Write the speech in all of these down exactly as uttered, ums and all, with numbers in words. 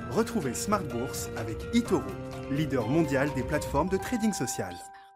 Retrouvez Smart Bourse avec eToro, leader mondial des plateformes de trading social.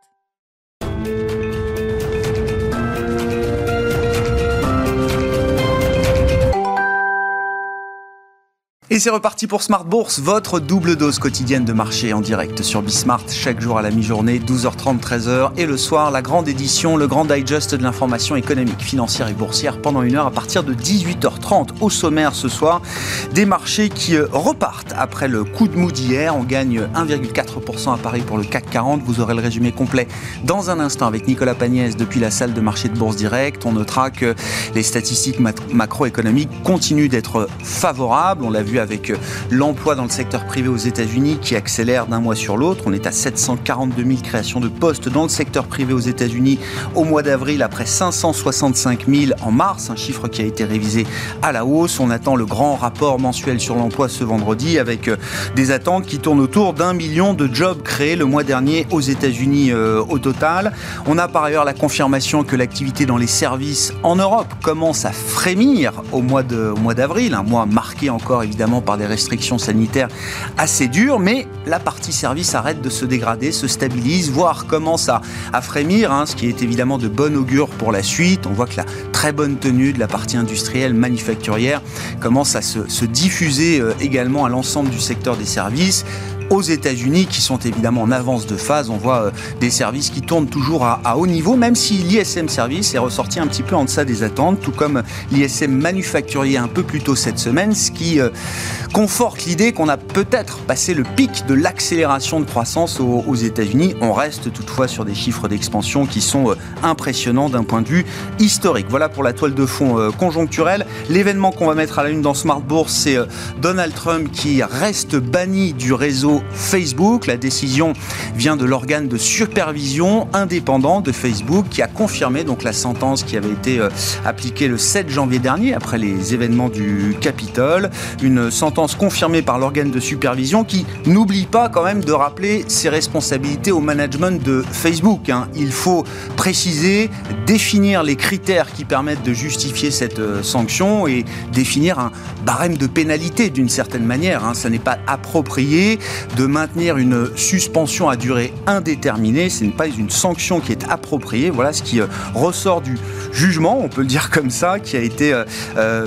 Et c'est reparti pour Smart Bourse, votre double dose quotidienne de marché en direct sur Bismart, chaque jour à la mi-journée, douze heures trente, treize heures, et le soir, la grande édition, le grand digest de l'information économique, financière et boursière pendant une heure à partir de dix-huit heures trente. Au sommaire ce soir, des marchés qui repartent après le coup de mou d'hier. On gagne un virgule quatre pour cent à Paris pour le C A C quarante. Vous aurez le résumé complet dans un instant avec Nicolas Pagnès depuis la salle de marché de Bourse Direct. On notera que les statistiques macroéconomiques continuent d'être favorables. On l'a vu avec l'emploi dans le secteur privé aux États-Unis qui accélère d'un mois sur l'autre. On est à sept cent quarante-deux mille créations de postes dans le secteur privé aux États-Unis au mois d'avril après cinq cent soixante-cinq mille en mars, un chiffre qui a été révisé à la hausse. On attend le grand rapport mensuel sur l'emploi ce vendredi avec des attentes qui tournent autour d'un million de jobs créés le mois dernier aux États-Unis euh, au total. On a par ailleurs la confirmation que l'activité dans les services en Europe commence à frémir au mois de, au mois d'avril, un mois marqué encore évidemment par des restrictions sanitaires assez dures, mais la partie service arrête de se dégrader, se stabilise, voire commence à, à frémir, hein, ce qui est évidemment de bon augure pour la suite. On voit que la très bonne tenue de la partie industrielle, manufacturière, commence à se, se diffuser euh, également à l'ensemble du secteur des services. Aux États-Unis, qui sont évidemment en avance de phase, on voit euh, des services qui tournent toujours à, à haut niveau, même si l'I S M Service est ressorti un petit peu en deçà des attentes, tout comme l'I S M manufacturier un peu plus tôt cette semaine, ce qui euh, conforte l'idée qu'on a peut-être passé le pic de l'accélération de croissance aux, aux États-Unis. On reste toutefois sur des chiffres d'expansion qui sont euh, impressionnants d'un point de vue historique. Voilà pour la toile de fond euh, conjoncturelle. L'événement qu'on va mettre à la une dans Smart Bourse, c'est euh, Donald Trump qui reste banni du réseau Facebook. La décision vient de l'organe de supervision indépendant de Facebook qui a confirmé donc la sentence qui avait été euh, appliquée le sept janvier dernier après les événements du Capitole. Une sentence confirmée par l'organe de supervision qui n'oublie pas quand même de rappeler ses responsabilités au management de Facebook. Hein. Il faut préciser, définir les critères qui permettent de justifier cette euh, sanction et définir un barème de pénalité d'une certaine manière. Hein. Ça n'est pas approprié de maintenir une suspension à durée indéterminée. Ce n'est pas une sanction qui est appropriée. Voilà ce qui euh, ressort du jugement, on peut le dire comme ça, qui a été euh,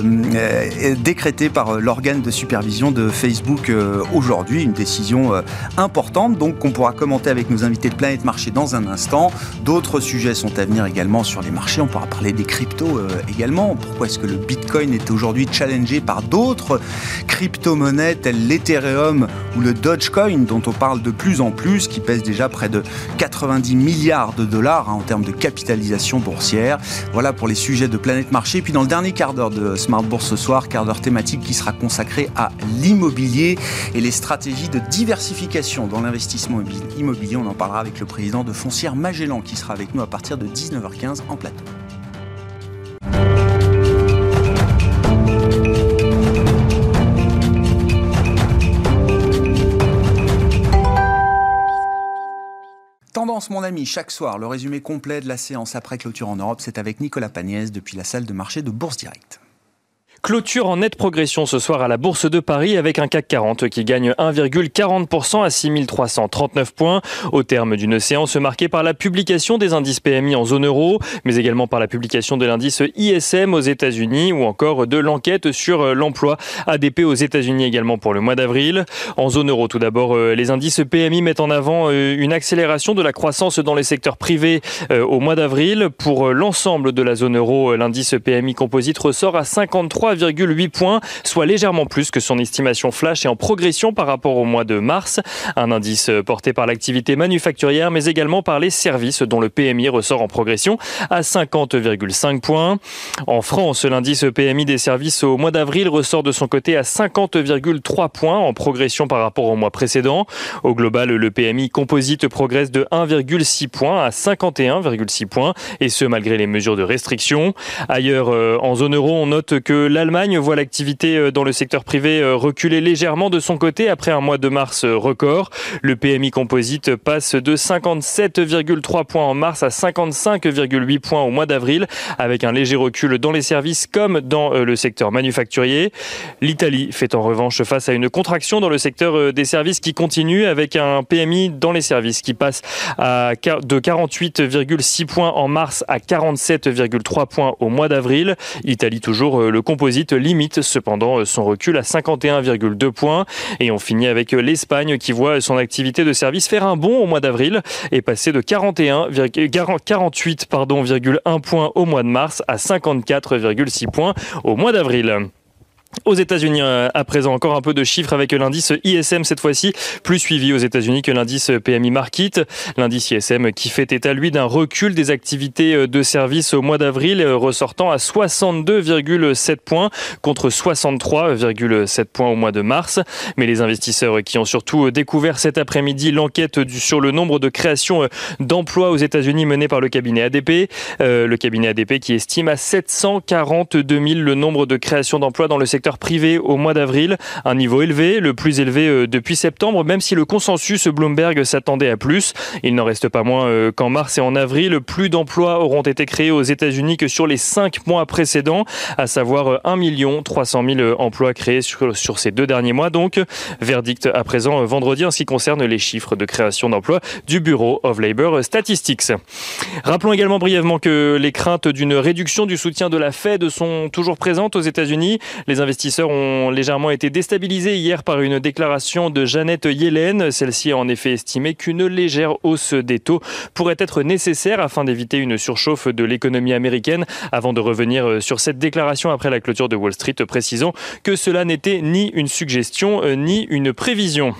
euh, décrété par euh, l'organe de supervision de Facebook euh, aujourd'hui. Une décision euh, importante, donc qu'on pourra commenter avec nos invités de Planète Marché dans un instant. D'autres sujets sont à venir également sur les marchés. On pourra parler des cryptos euh, également. Pourquoi est-ce que le Bitcoin est aujourd'hui challengé par d'autres crypto-monnaies telles l'Ethereum ou le Dogecoin, dont on parle de plus en plus, qui pèse déjà près de quatre-vingt-dix milliards de dollars hein, en termes de capitalisation boursière. Voilà pour les sujets de Planète Marché. Puis dans le dernier quart d'heure de Smart Bourse ce soir, quart d'heure thématique qui sera consacré à l'immobilier et les stratégies de diversification dans l'investissement immobilier. On en parlera avec le président de Foncière Magellan qui sera avec nous à partir de dix-neuf heures quinze en plateau. Tendance, mon ami, chaque soir, le résumé complet de la séance après clôture en Europe, c'est avec Nicolas Pagnès depuis la salle de marché de Bourse Direct. Clôture en nette progression ce soir à la Bourse de Paris avec un C A C quarante qui gagne un virgule quarante pour cent à six mille trois cent trente-neuf points au terme d'une séance marquée par la publication des indices P M I en zone euro, mais également par la publication de l'indice I S M aux États-Unis ou encore de l'enquête sur l'emploi A D P aux États-Unis également pour le mois d'avril. En zone euro, tout d'abord, les indices P M I mettent en avant une accélération de la croissance dans les secteurs privés au mois d'avril. Pour l'ensemble de la zone euro, l'indice P M I composite ressort à cinquante-trois virgule huit points, soit légèrement plus que son estimation flash et en progression par rapport au mois de mars. Un indice porté par l'activité manufacturière, mais également par les services, dont le P M I ressort en progression à cinquante virgule cinq points. En France, l'indice P M I des services au mois d'avril ressort de son côté à cinquante virgule trois points, en progression par rapport au mois précédent. Au global, le P M I composite progresse de un virgule six points à cinquante et un virgule six points, et ce malgré les mesures de restriction. Ailleurs, en zone euro, on note que L'Allemagne voit l'activité dans le secteur privé reculer légèrement de son côté après un mois de mars record. Le P M I composite passe de cinquante-sept virgule trois points en mars à cinquante-cinq virgule huit points au mois d'avril, avec un léger recul dans les services comme dans le secteur manufacturier. L'Italie fait en revanche face à une contraction dans le secteur des services qui continue, avec un P M I dans les services qui passe à de quarante-huit virgule six points en mars à quarante-sept virgule trois points au mois d'avril. Italie toujours, le composite limite cependant son recul à cinquante et un virgule deux points. Et on finit avec l'Espagne qui voit son activité de service faire un bond au mois d'avril et passer de quarante et un, quarante-huit pardon, virgule un points au mois de mars à cinquante-quatre virgule six points au mois d'avril. Aux États-Unis, à présent, encore un peu de chiffres avec l'indice I S M cette fois-ci, plus suivi aux États-Unis que l'indice P M I Market. L'indice I S M qui fait état, lui, d'un recul des activités de service au mois d'avril, ressortant à soixante-deux virgule sept points contre soixante-trois virgule sept points au mois de mars. Mais les investisseurs qui ont surtout découvert cet après-midi l'enquête du, sur le nombre de créations d'emplois aux États-Unis menée par le cabinet A D P. Euh, le cabinet A D P qui estime à sept cent quarante-deux mille le nombre de créations d'emplois dans le secteur privé au mois d'avril, un niveau élevé, le plus élevé depuis septembre, même si le consensus Bloomberg s'attendait à plus. Il n'en reste pas moins qu'en mars et en avril, plus d'emplois auront été créés aux États-Unis que sur les cinq mois précédents, à savoir un million trois cent mille emplois créés sur, sur ces deux derniers mois. Donc, verdict à présent vendredi en ce qui concerne les chiffres de création d'emplois du Bureau of Labor Statistics. Rappelons également brièvement que les craintes d'une réduction du soutien de la Fed sont toujours présentes aux États-Unis. Les investisseurs ont légèrement été déstabilisés hier par une déclaration de Janet Yellen. Celle-ci a en effet estimé qu'une légère hausse des taux pourrait être nécessaire afin d'éviter une surchauffe de l'économie américaine, avant de revenir sur cette déclaration après la clôture de Wall Street, précisant que cela n'était ni une suggestion ni une prévision.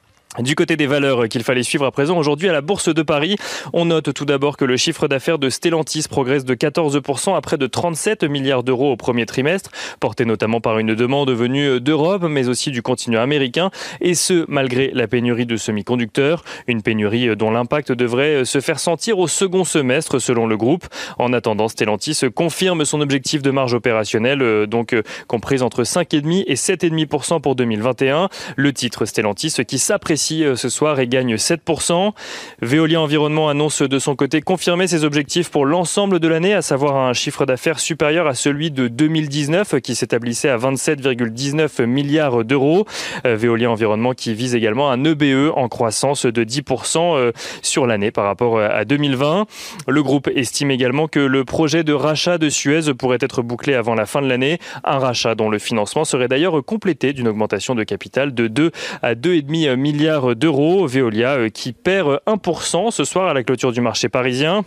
Du côté des valeurs qu'il fallait suivre à présent, aujourd'hui à la Bourse de Paris, on note tout d'abord que le chiffre d'affaires de Stellantis progresse de quatorze pour cent à près de trente-sept milliards d'euros au premier trimestre, porté notamment par une demande venue d'Europe, mais aussi du continent américain, et ce, malgré la pénurie de semi-conducteurs, une pénurie dont l'impact devrait se faire sentir au second semestre selon le groupe. En attendant, Stellantis confirme son objectif de marge opérationnelle, donc comprise entre cinq virgule cinq et sept virgule cinq pour cent pour deux mille vingt et un. Le titre Stellantis qui s'apprécie ce soir et gagne sept pour cent. Veolia Environnement annonce de son côté confirmer ses objectifs pour l'ensemble de l'année, à savoir un chiffre d'affaires supérieur à celui de deux mille dix-neuf qui s'établissait à vingt-sept virgule dix-neuf milliards d'euros. Veolia Environnement qui vise également un E B E en croissance de dix pour cent sur l'année par rapport à deux mille vingt. Le groupe estime également que le projet de rachat de Suez pourrait être bouclé avant la fin de l'année, un rachat dont le financement serait d'ailleurs complété d'une augmentation de capital de deux à deux virgule cinq milliards d'euros. Veolia qui perd un pour cent ce soir à la clôture du marché parisien.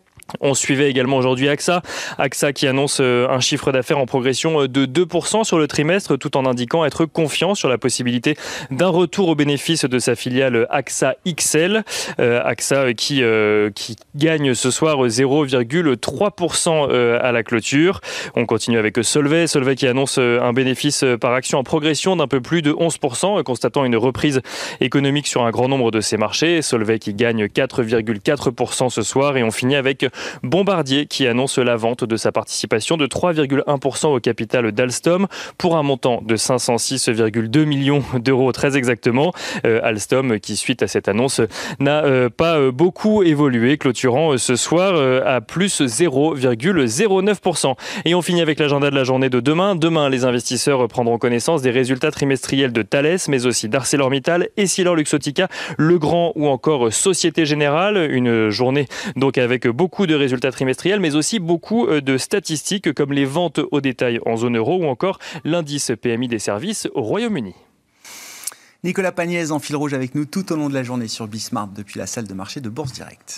On suivait également aujourd'hui AXA. AXA qui annonce un chiffre d'affaires en progression de deux pour cent sur le trimestre, tout en indiquant être confiant sur la possibilité d'un retour au bénéfice de sa filiale AXA X L. Euh, AXA qui, euh, qui gagne ce soir zéro virgule trois pour cent à la clôture. On continue avec Solvay. Solvay qui annonce un bénéfice par action en progression d'un peu plus de onze pour cent, constatant une reprise économique sur un grand nombre de ses marchés. Solvay qui gagne quatre virgule quatre pour cent ce soir. Et on finit avec Bombardier qui annonce la vente de sa participation de trois virgule un pour cent au capital d'Alstom pour un montant de cinq cent six virgule deux millions d'euros très exactement. Euh, Alstom qui, suite à cette annonce, n'a euh, pas euh, beaucoup évolué, clôturant euh, ce soir euh, à plus zéro virgule zéro neuf pour cent. Et on finit avec l'agenda de la journée de demain. Demain, les investisseurs prendront connaissance des résultats trimestriels de Thales, mais aussi d'ArcelorMittal, EssilorLuxottica, Legrand ou encore Société Générale. Une journée donc avec beaucoup de résultats trimestriels, mais aussi beaucoup de statistiques comme les ventes au détail en zone euro ou encore l'indice P M I des services au Royaume-Uni. Nicolas Pagnès en fil rouge avec nous tout au long de la journée sur Bismart depuis la salle de marché de Bourse Direct.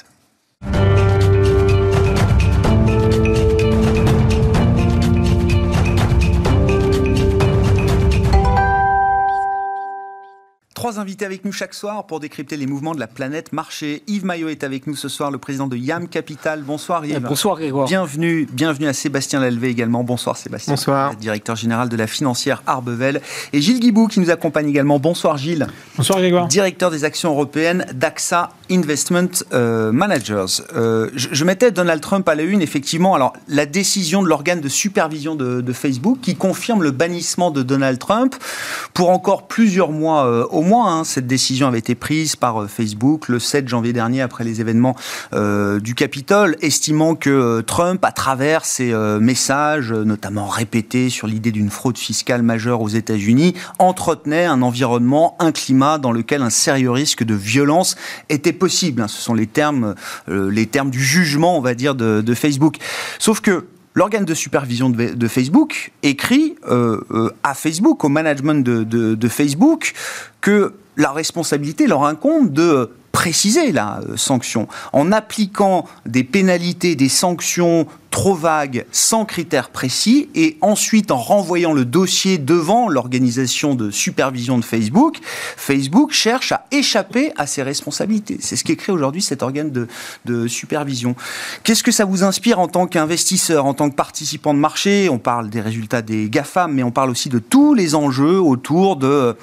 Trois invités avec nous chaque soir pour décrypter les mouvements de la planète marché. Yves Maillot est avec nous ce soir, le président de Yam Capital. Bonsoir Yves. Bonsoir Grégoire. Bienvenue, bienvenue à Sébastien Lalvé également. Bonsoir Sébastien. Bonsoir. Directeur général de la financière Arbevel. Et Gilles Guibou qui nous accompagne également. Bonsoir Gilles. Bonsoir Grégoire. Directeur des actions européennes d'A X A Investment euh, Managers. Euh, je, je mettais Donald Trump à la une, effectivement. Alors, la décision de l'organe de supervision de, de Facebook qui confirme le bannissement de Donald Trump pour encore plusieurs mois euh, au moins. Hein, cette décision avait été prise par euh, Facebook le sept janvier dernier après les événements euh, du Capitole, estimant que euh, Trump, à travers ses euh, messages, euh, notamment répétés sur l'idée d'une fraude fiscale majeure aux États-Unis, entretenait un environnement, un climat dans lequel un sérieux risque de violence était possible. Hein, ce sont les termes, euh, les termes du jugement, on va dire, de, de Facebook. Sauf que l'organe de supervision de, de Facebook écrit euh, euh, à Facebook, au management de, de, de Facebook, que la responsabilité leur incombe de préciser la euh, sanction en appliquant des pénalités, des sanctions trop vagues, sans critères précis, et ensuite en renvoyant le dossier devant l'organisation de supervision de Facebook. Facebook cherche à échapper à ses responsabilités. C'est ce qu'écrit aujourd'hui cet organe de, de supervision. Qu'est-ce que ça vous inspire en tant qu'investisseur, en tant que participant de marché? On parle des résultats des GAFAM, mais on parle aussi de tous les enjeux autour de euh,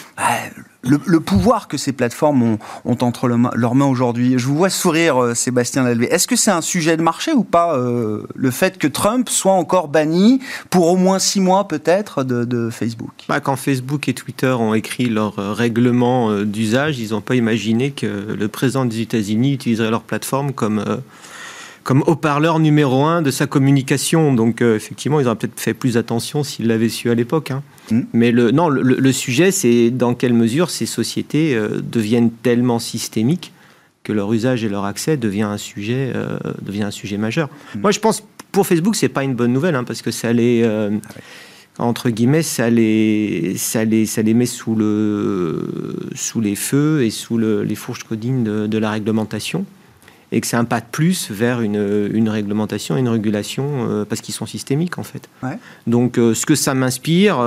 le, le pouvoir que ces plateformes ont, ont entre le, leurs mains aujourd'hui. Je vous vois sourire, euh, Sébastien Lalvé. Est-ce que c'est un sujet de marché ou pas, euh, le fait que Trump soit encore banni pour au moins six mois peut-être de, de Facebook? Bah, quand Facebook et Twitter ont écrit leur euh, règlement euh, d'usage, ils n'ont pas imaginé que le président des États-Unis utiliserait leur plateforme comme, euh, comme haut-parleur numéro un de sa communication. Donc euh, effectivement, ils auraient peut-être fait plus attention s'ils l'avaient su à l'époque. Hein. Mmh. Mais le, non, le, le sujet, c'est dans quelle mesure ces sociétés euh, deviennent tellement systémiques que leur usage et leur accès devient un sujet, euh, devient un sujet majeur. Mmh. Moi, je pense pour Facebook, c'est pas une bonne nouvelle, hein, parce que ça les, euh, ah ouais. entre guillemets, ça les, ça les, ça les met sous le, sous les feux et sous le, les fourches codines de, de la réglementation, et que c'est un pas de plus vers une, une réglementation et une régulation euh, parce qu'ils sont systémiques en fait. Ouais. Donc euh, ce que ça m'inspire,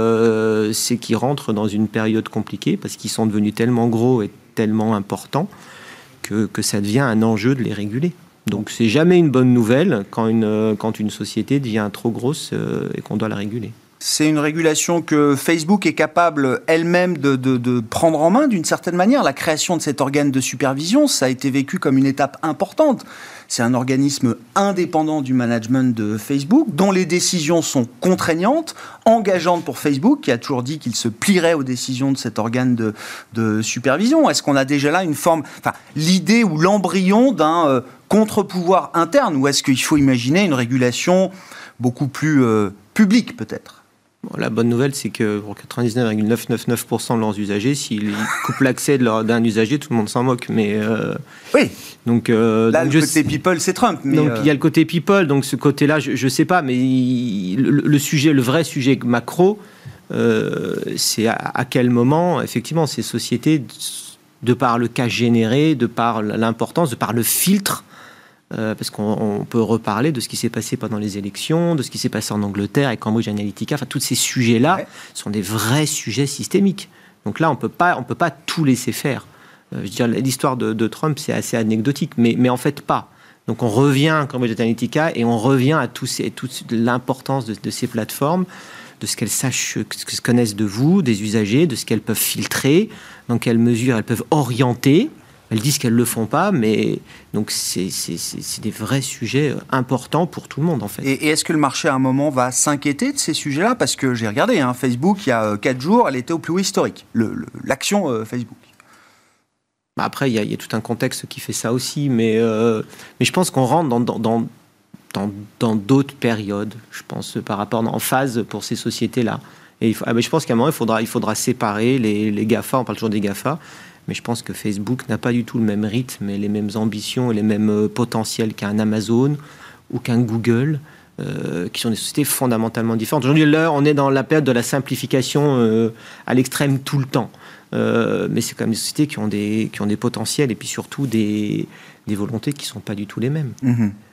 euh, c'est qu'ils rentrent dans une période compliquée parce qu'ils sont devenus tellement gros et tellement importants que, que ça devient un enjeu de les réguler. Donc c'est jamais une bonne nouvelle quand une, quand une société devient trop grosse euh, et qu'on doit la réguler. C'est une régulation que Facebook est capable elle-même de, de, de prendre en main d'une certaine manière. La création de cet organe de supervision, ça a été vécu comme une étape importante. C'est un organisme indépendant du management de Facebook, dont les décisions sont contraignantes, engageantes pour Facebook, qui a toujours dit qu'il se plierait aux décisions de cet organe de, de supervision. Est-ce qu'on a déjà là une forme, enfin, l'idée ou l'embryon d'un euh, contre-pouvoir interne, ou est-ce qu'il faut imaginer une régulation beaucoup plus euh, publique peut-être? Bon, la bonne nouvelle, c'est que pour quatre-vingt-dix-neuf virgule neuf cent quatre-vingt-dix-neuf pour cent de leurs usagers, s'ils coupent l'accès de leur, d'un usager, tout le monde s'en moque. Mais euh, oui. Donc euh, là, donc le je côté people, c'est Trump. Mais donc euh... il y a le côté people. Donc ce côté-là, je ne sais pas, mais il, le, le sujet, le vrai sujet macro, euh, c'est à, à quel moment, effectivement, ces sociétés, de par le cas généré, de par l'importance, de par le filtre. Euh, parce qu'on peut reparler de ce qui s'est passé pendant les élections, de ce qui s'est passé en Angleterre avec Cambridge Analytica. Enfin, tous ces sujets-là ouais. sont des vrais sujets systémiques. Donc là, on peut pas, on peut pas tout laisser faire. Euh, je veux dire, l'histoire de, de Trump, c'est assez anecdotique, mais, mais en fait pas. Donc on revient à Cambridge Analytica et on revient à tous ces, toute l'importance de, de ces plateformes, de ce qu'elles sachent, ce qu'elles connaissent de vous, des usagers, de ce qu'elles peuvent filtrer, dans quelle mesure elles peuvent orienter. Elles disent qu'elles ne le font pas, mais donc c'est, c'est, c'est, c'est des vrais sujets importants pour tout le monde, en fait. Et, et est-ce que le marché, à un moment, va s'inquiéter de ces sujets-là? Parce que j'ai regardé, hein, Facebook, il y a quatre jours, elle était au plus haut historique, le, le, l'action euh, Facebook. Après, il y, a, il y a tout un contexte qui fait ça aussi, mais, euh, mais je pense qu'on rentre dans, dans, dans, dans, dans d'autres périodes, je pense, par rapport en phase pour ces sociétés-là. Et il faut, ah ben je pense qu'à un moment, il faudra, il faudra séparer les, les GAFA, on parle toujours des GAFA, mais je pense que Facebook n'a pas du tout le même rythme et les mêmes ambitions et les mêmes potentiels qu'un Amazon ou qu'un Google, euh, qui sont des sociétés fondamentalement différentes. Aujourd'hui, là, on est dans la période de la simplification euh, à l'extrême tout le temps. Euh, mais c'est quand même des sociétés qui ont des, qui ont des potentiels et puis surtout des, des volontés qui ne sont pas du tout les mêmes. Mmh.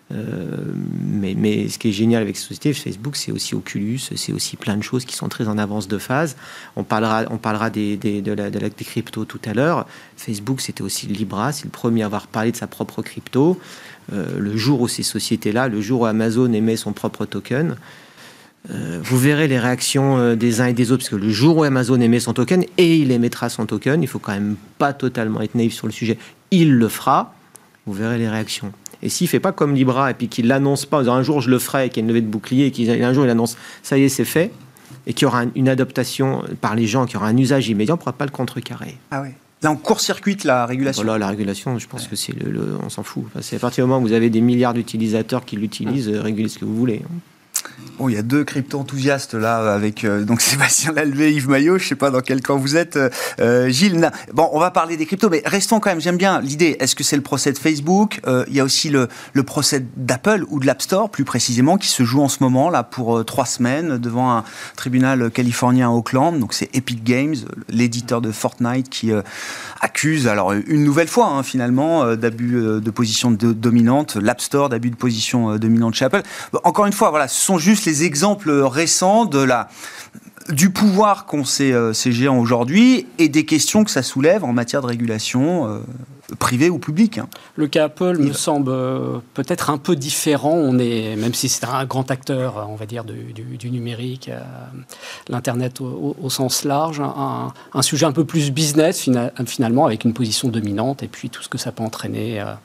Euh, mais, mais ce qui est génial avec cette société, Facebook, c'est aussi Oculus, c'est aussi plein de choses qui sont très en avance de phase. On parlera, on parlera des, des, de la, de la, des cryptos tout à l'heure. Facebook, c'était aussi Libra, c'est le premier à avoir parlé de sa propre crypto. Euh, le jour où ces sociétés-là, le jour où Amazon émet son propre token, euh, vous verrez les réactions euh, des uns et des autres, parce que le jour où Amazon émet son token, et il émettra son token, il faut quand même pas totalement être naïf sur le sujet, il le fera, vous verrez les réactions. Et s'il ne fait pas comme Libra et puis qu'il ne l'annonce pas en disant un jour je le ferai, qu'il y a une levée de bouclier, et qu'un jour il annonce ça y est c'est fait, et qu'il y aura une adaptation par les gens, qu'il y aura un usage immédiat, on ne pourra pas le contrecarrer. Ah oui. Là on court-circuite la régulation. Voilà, la régulation, je pense ouais. que c'est le, le, on s'en fout. Enfin, c'est à partir du moment où vous avez des milliards d'utilisateurs qui l'utilisent, mmh. régulez ce que vous voulez. Bon, il y a deux crypto-enthousiastes là, avec euh, donc Sébastien Lalvé et Yves Maillot. Je ne sais pas dans quel camp vous êtes. Euh, Gilles, na... bon, on va parler des cryptos, mais restons quand même. J'aime bien l'idée. Est-ce que c'est le procès de Facebook ? euh, Il y a aussi le, le procès d'Apple ou de l'App Store, plus précisément, qui se joue en ce moment là pour euh, trois semaines devant un tribunal californien à Oakland. Donc c'est Epic Games, l'éditeur de Fortnite, qui euh, accuse, alors une nouvelle fois hein, finalement, euh, d'abus euh, de position de, dominante, l'App Store d'abus de position euh, dominante chez Apple. Bon, encore une fois, voilà, ce sont juste les exemples récents de la, du pouvoir qu'ont ces, euh, ces géants aujourd'hui et des questions que ça soulève en matière de régulation euh, privée ou publique. Hein. Le cas Apple Il... me semble euh, peut-être un peu différent. On est, même si c'est un grand acteur, on va dire, du, du, du numérique, euh, l'Internet au, au, au sens large, un, un sujet un peu plus business fina, finalement, avec une position dominante et puis tout ce que ça peut entraîner. Euh,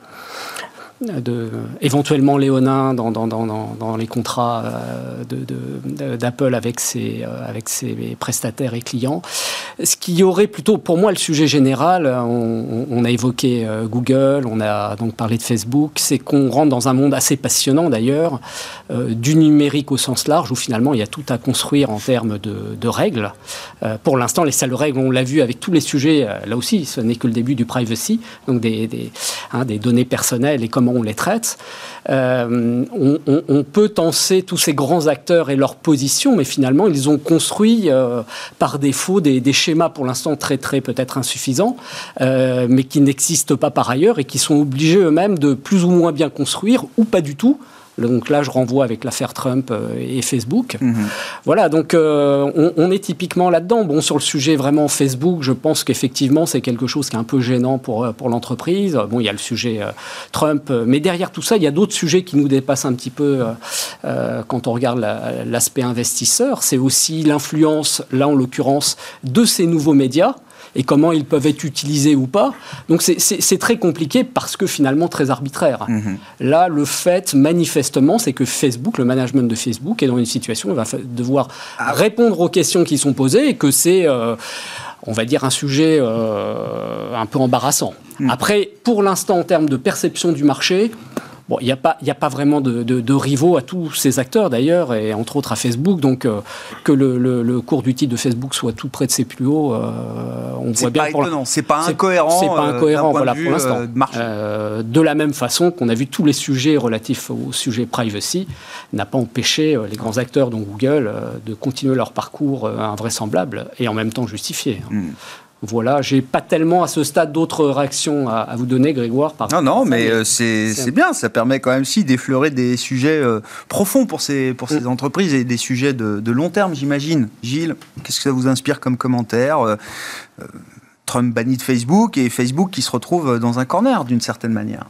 De, éventuellement léonin dans, dans, dans, dans les contrats euh, de, de, d'Apple avec ses, euh, avec ses prestataires et clients. Ce qui aurait plutôt, pour moi, le sujet général, on, on a évoqué euh, Google, on a donc parlé de Facebook, c'est qu'on rentre dans un monde assez passionnant d'ailleurs, euh, du numérique au sens large, où finalement il y a tout à construire en termes de, de règles. Euh, pour l'instant, les seules règles, on l'a vu avec tous les sujets, euh, là aussi, ce n'est que le début du privacy, donc des, des, hein, des données personnelles et comment on les traite. Euh, on, on, on peut tenser tous ces grands acteurs et leurs positions, mais finalement, ils ont construit euh, par défaut des, des schémas pour l'instant très, très peut-être insuffisants, euh, mais qui n'existent pas par ailleurs et qui sont obligés eux-mêmes de plus ou moins bien construire ou pas du tout. Donc là, je renvoie avec l'affaire Trump et Facebook. Mmh. Voilà, donc euh, on, on est typiquement là-dedans. Bon, sur le sujet vraiment Facebook, je pense qu'effectivement, c'est quelque chose qui est un peu gênant pour, pour l'entreprise. Bon, il y a le sujet euh, Trump, mais derrière tout ça, il y a d'autres sujets qui nous dépassent un petit peu euh, euh, quand on regarde la, l'aspect investisseur. C'est aussi l'influence, là en l'occurrence, de ces nouveaux médias et comment ils peuvent être utilisés ou pas. Donc c'est, c'est, c'est très compliqué parce que finalement très arbitraire. Mmh. Là, le fait manifestement, c'est que Facebook, le management de Facebook est dans une situation où il va devoir ah. répondre aux questions qui sont posées et que c'est, euh, on va dire, un sujet euh, un peu embarrassant. Mmh. Après, pour l'instant, en termes de perception du marché, bon, il n'y a pas, il n'y a pas vraiment de, de, de rivaux à tous ces acteurs d'ailleurs, et entre autres à Facebook. Donc euh, que le, le, le cours du titre de Facebook soit tout près de ses plus hauts, euh, on c'est voit bien. Pas pour étonnant, c'est pas incohérent. C'est, c'est pas incohérent, voilà, vue, pour l'instant. Euh, de, euh, de la même façon qu'on a vu tous les sujets relatifs au sujet privacy n'a pas empêché euh, les grands acteurs, dont Google, euh, de continuer leur parcours euh, invraisemblable et en même temps justifié. Mm. Voilà, j'ai pas tellement à ce stade d'autres réactions à, à vous donner, Grégoire. Par non, non, mais euh, c'est, c'est, c'est bien, ça permet quand même si d'effleurer des sujets euh, profonds pour ces, pour ces mmh. entreprises et des sujets de, de long terme, j'imagine. Gilles, qu'est-ce que ça vous inspire comme commentaire ? euh, euh, Trump banni de Facebook et Facebook qui se retrouve dans un corner d'une certaine manière.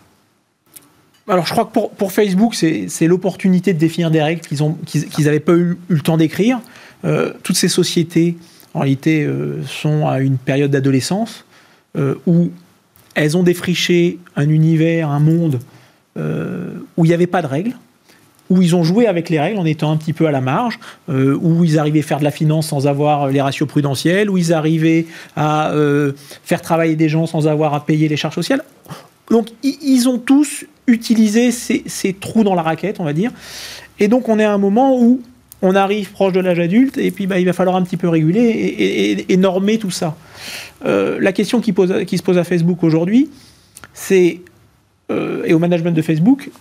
Alors, je crois que pour, pour Facebook, c'est, c'est l'opportunité de définir des règles qu'ils ont, qu'ils, qu'ils n'avaient pas eu, eu le temps d'écrire. Euh, toutes ces sociétés, en réalité, euh, sont à une période d'adolescence euh, où elles ont défriché un univers, un monde euh, où il n'y avait pas de règles, où ils ont joué avec les règles en étant un petit peu à la marge, euh, où ils arrivaient à faire de la finance sans avoir les ratios prudentiels, où ils arrivaient à euh, faire travailler des gens sans avoir à payer les charges sociales. Donc, ils ont tous utilisé ces, ces trous dans la raquette, on va dire. Et donc, on est à un moment où on arrive proche de l'âge adulte, et puis bah, il va falloir un petit peu réguler et, et, et normer tout ça. Euh, la question qui, pose, qui se pose à Facebook aujourd'hui, c'est, euh, et au management de Facebook,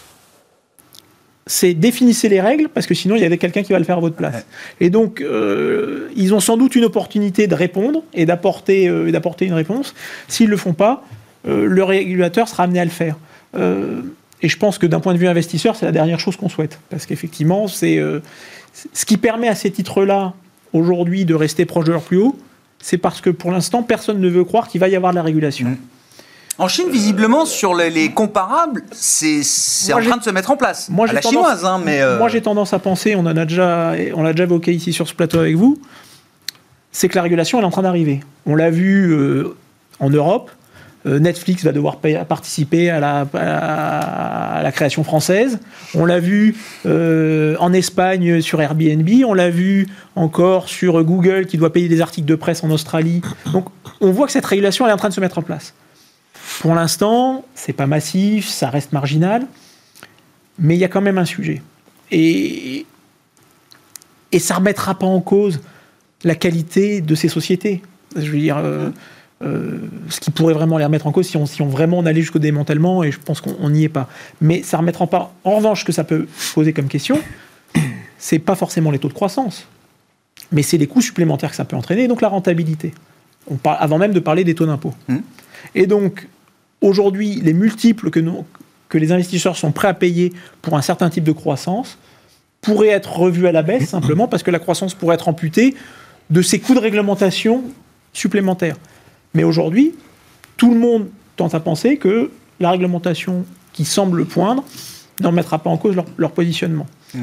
c'est définissez les règles, parce que sinon il y a quelqu'un qui va le faire à votre place. Ouais. Et donc, euh, ils ont sans doute une opportunité de répondre et d'apporter, euh, d'apporter une réponse. S'ils ne le font pas, euh, le régulateur sera amené à le faire. Euh, Et je pense que d'un point de vue investisseur, c'est la dernière chose qu'on souhaite. Parce qu'effectivement, c'est euh, ce qui permet à ces titres-là, aujourd'hui, de rester proches de leur plus haut, c'est parce que pour l'instant, personne ne veut croire qu'il va y avoir de la régulation. Mmh. En Chine, visiblement, sur les, les comparables, c'est, c'est en train de se mettre en place. Moi, à la tendance, chinoise, hein, mais... Euh... Moi, j'ai tendance à penser, on en a déjà, on l'a déjà évoqué ici sur ce plateau avec vous, c'est que la régulation, elle est en train d'arriver. On l'a vu euh, en Europe. Netflix va devoir payer, participer à la, à la création française. On l'a vu euh, en Espagne sur Airbnb. On l'a vu encore sur Google qui doit payer des articles de presse en Australie. Donc on voit que cette régulation elle est en train de se mettre en place. Pour l'instant, c'est pas massif, ça reste marginal, mais il y a quand même un sujet. Et, et ça ne remettra pas en cause la qualité de ces sociétés. Je veux dire... Euh, Euh, ce qui pourrait vraiment les remettre en cause si on, si on vraiment on allait jusqu'au démantèlement, et je pense qu'on n'y est pas. Mais ça ne remettra pas. En revanche, ce que ça peut poser comme question, c'est pas forcément les taux de croissance, mais c'est les coûts supplémentaires que ça peut entraîner, et donc la rentabilité. On parle, avant même de parler des taux d'impôt. Mmh. Et donc, aujourd'hui, les multiples que, nous, que les investisseurs sont prêts à payer pour un certain type de croissance pourraient être revus à la baisse, simplement parce que la croissance pourrait être amputée de ces coûts de réglementation supplémentaires. Mais aujourd'hui, tout le monde tente à penser que la réglementation qui semble poindre ne remettra pas en cause leur, leur positionnement. Mmh.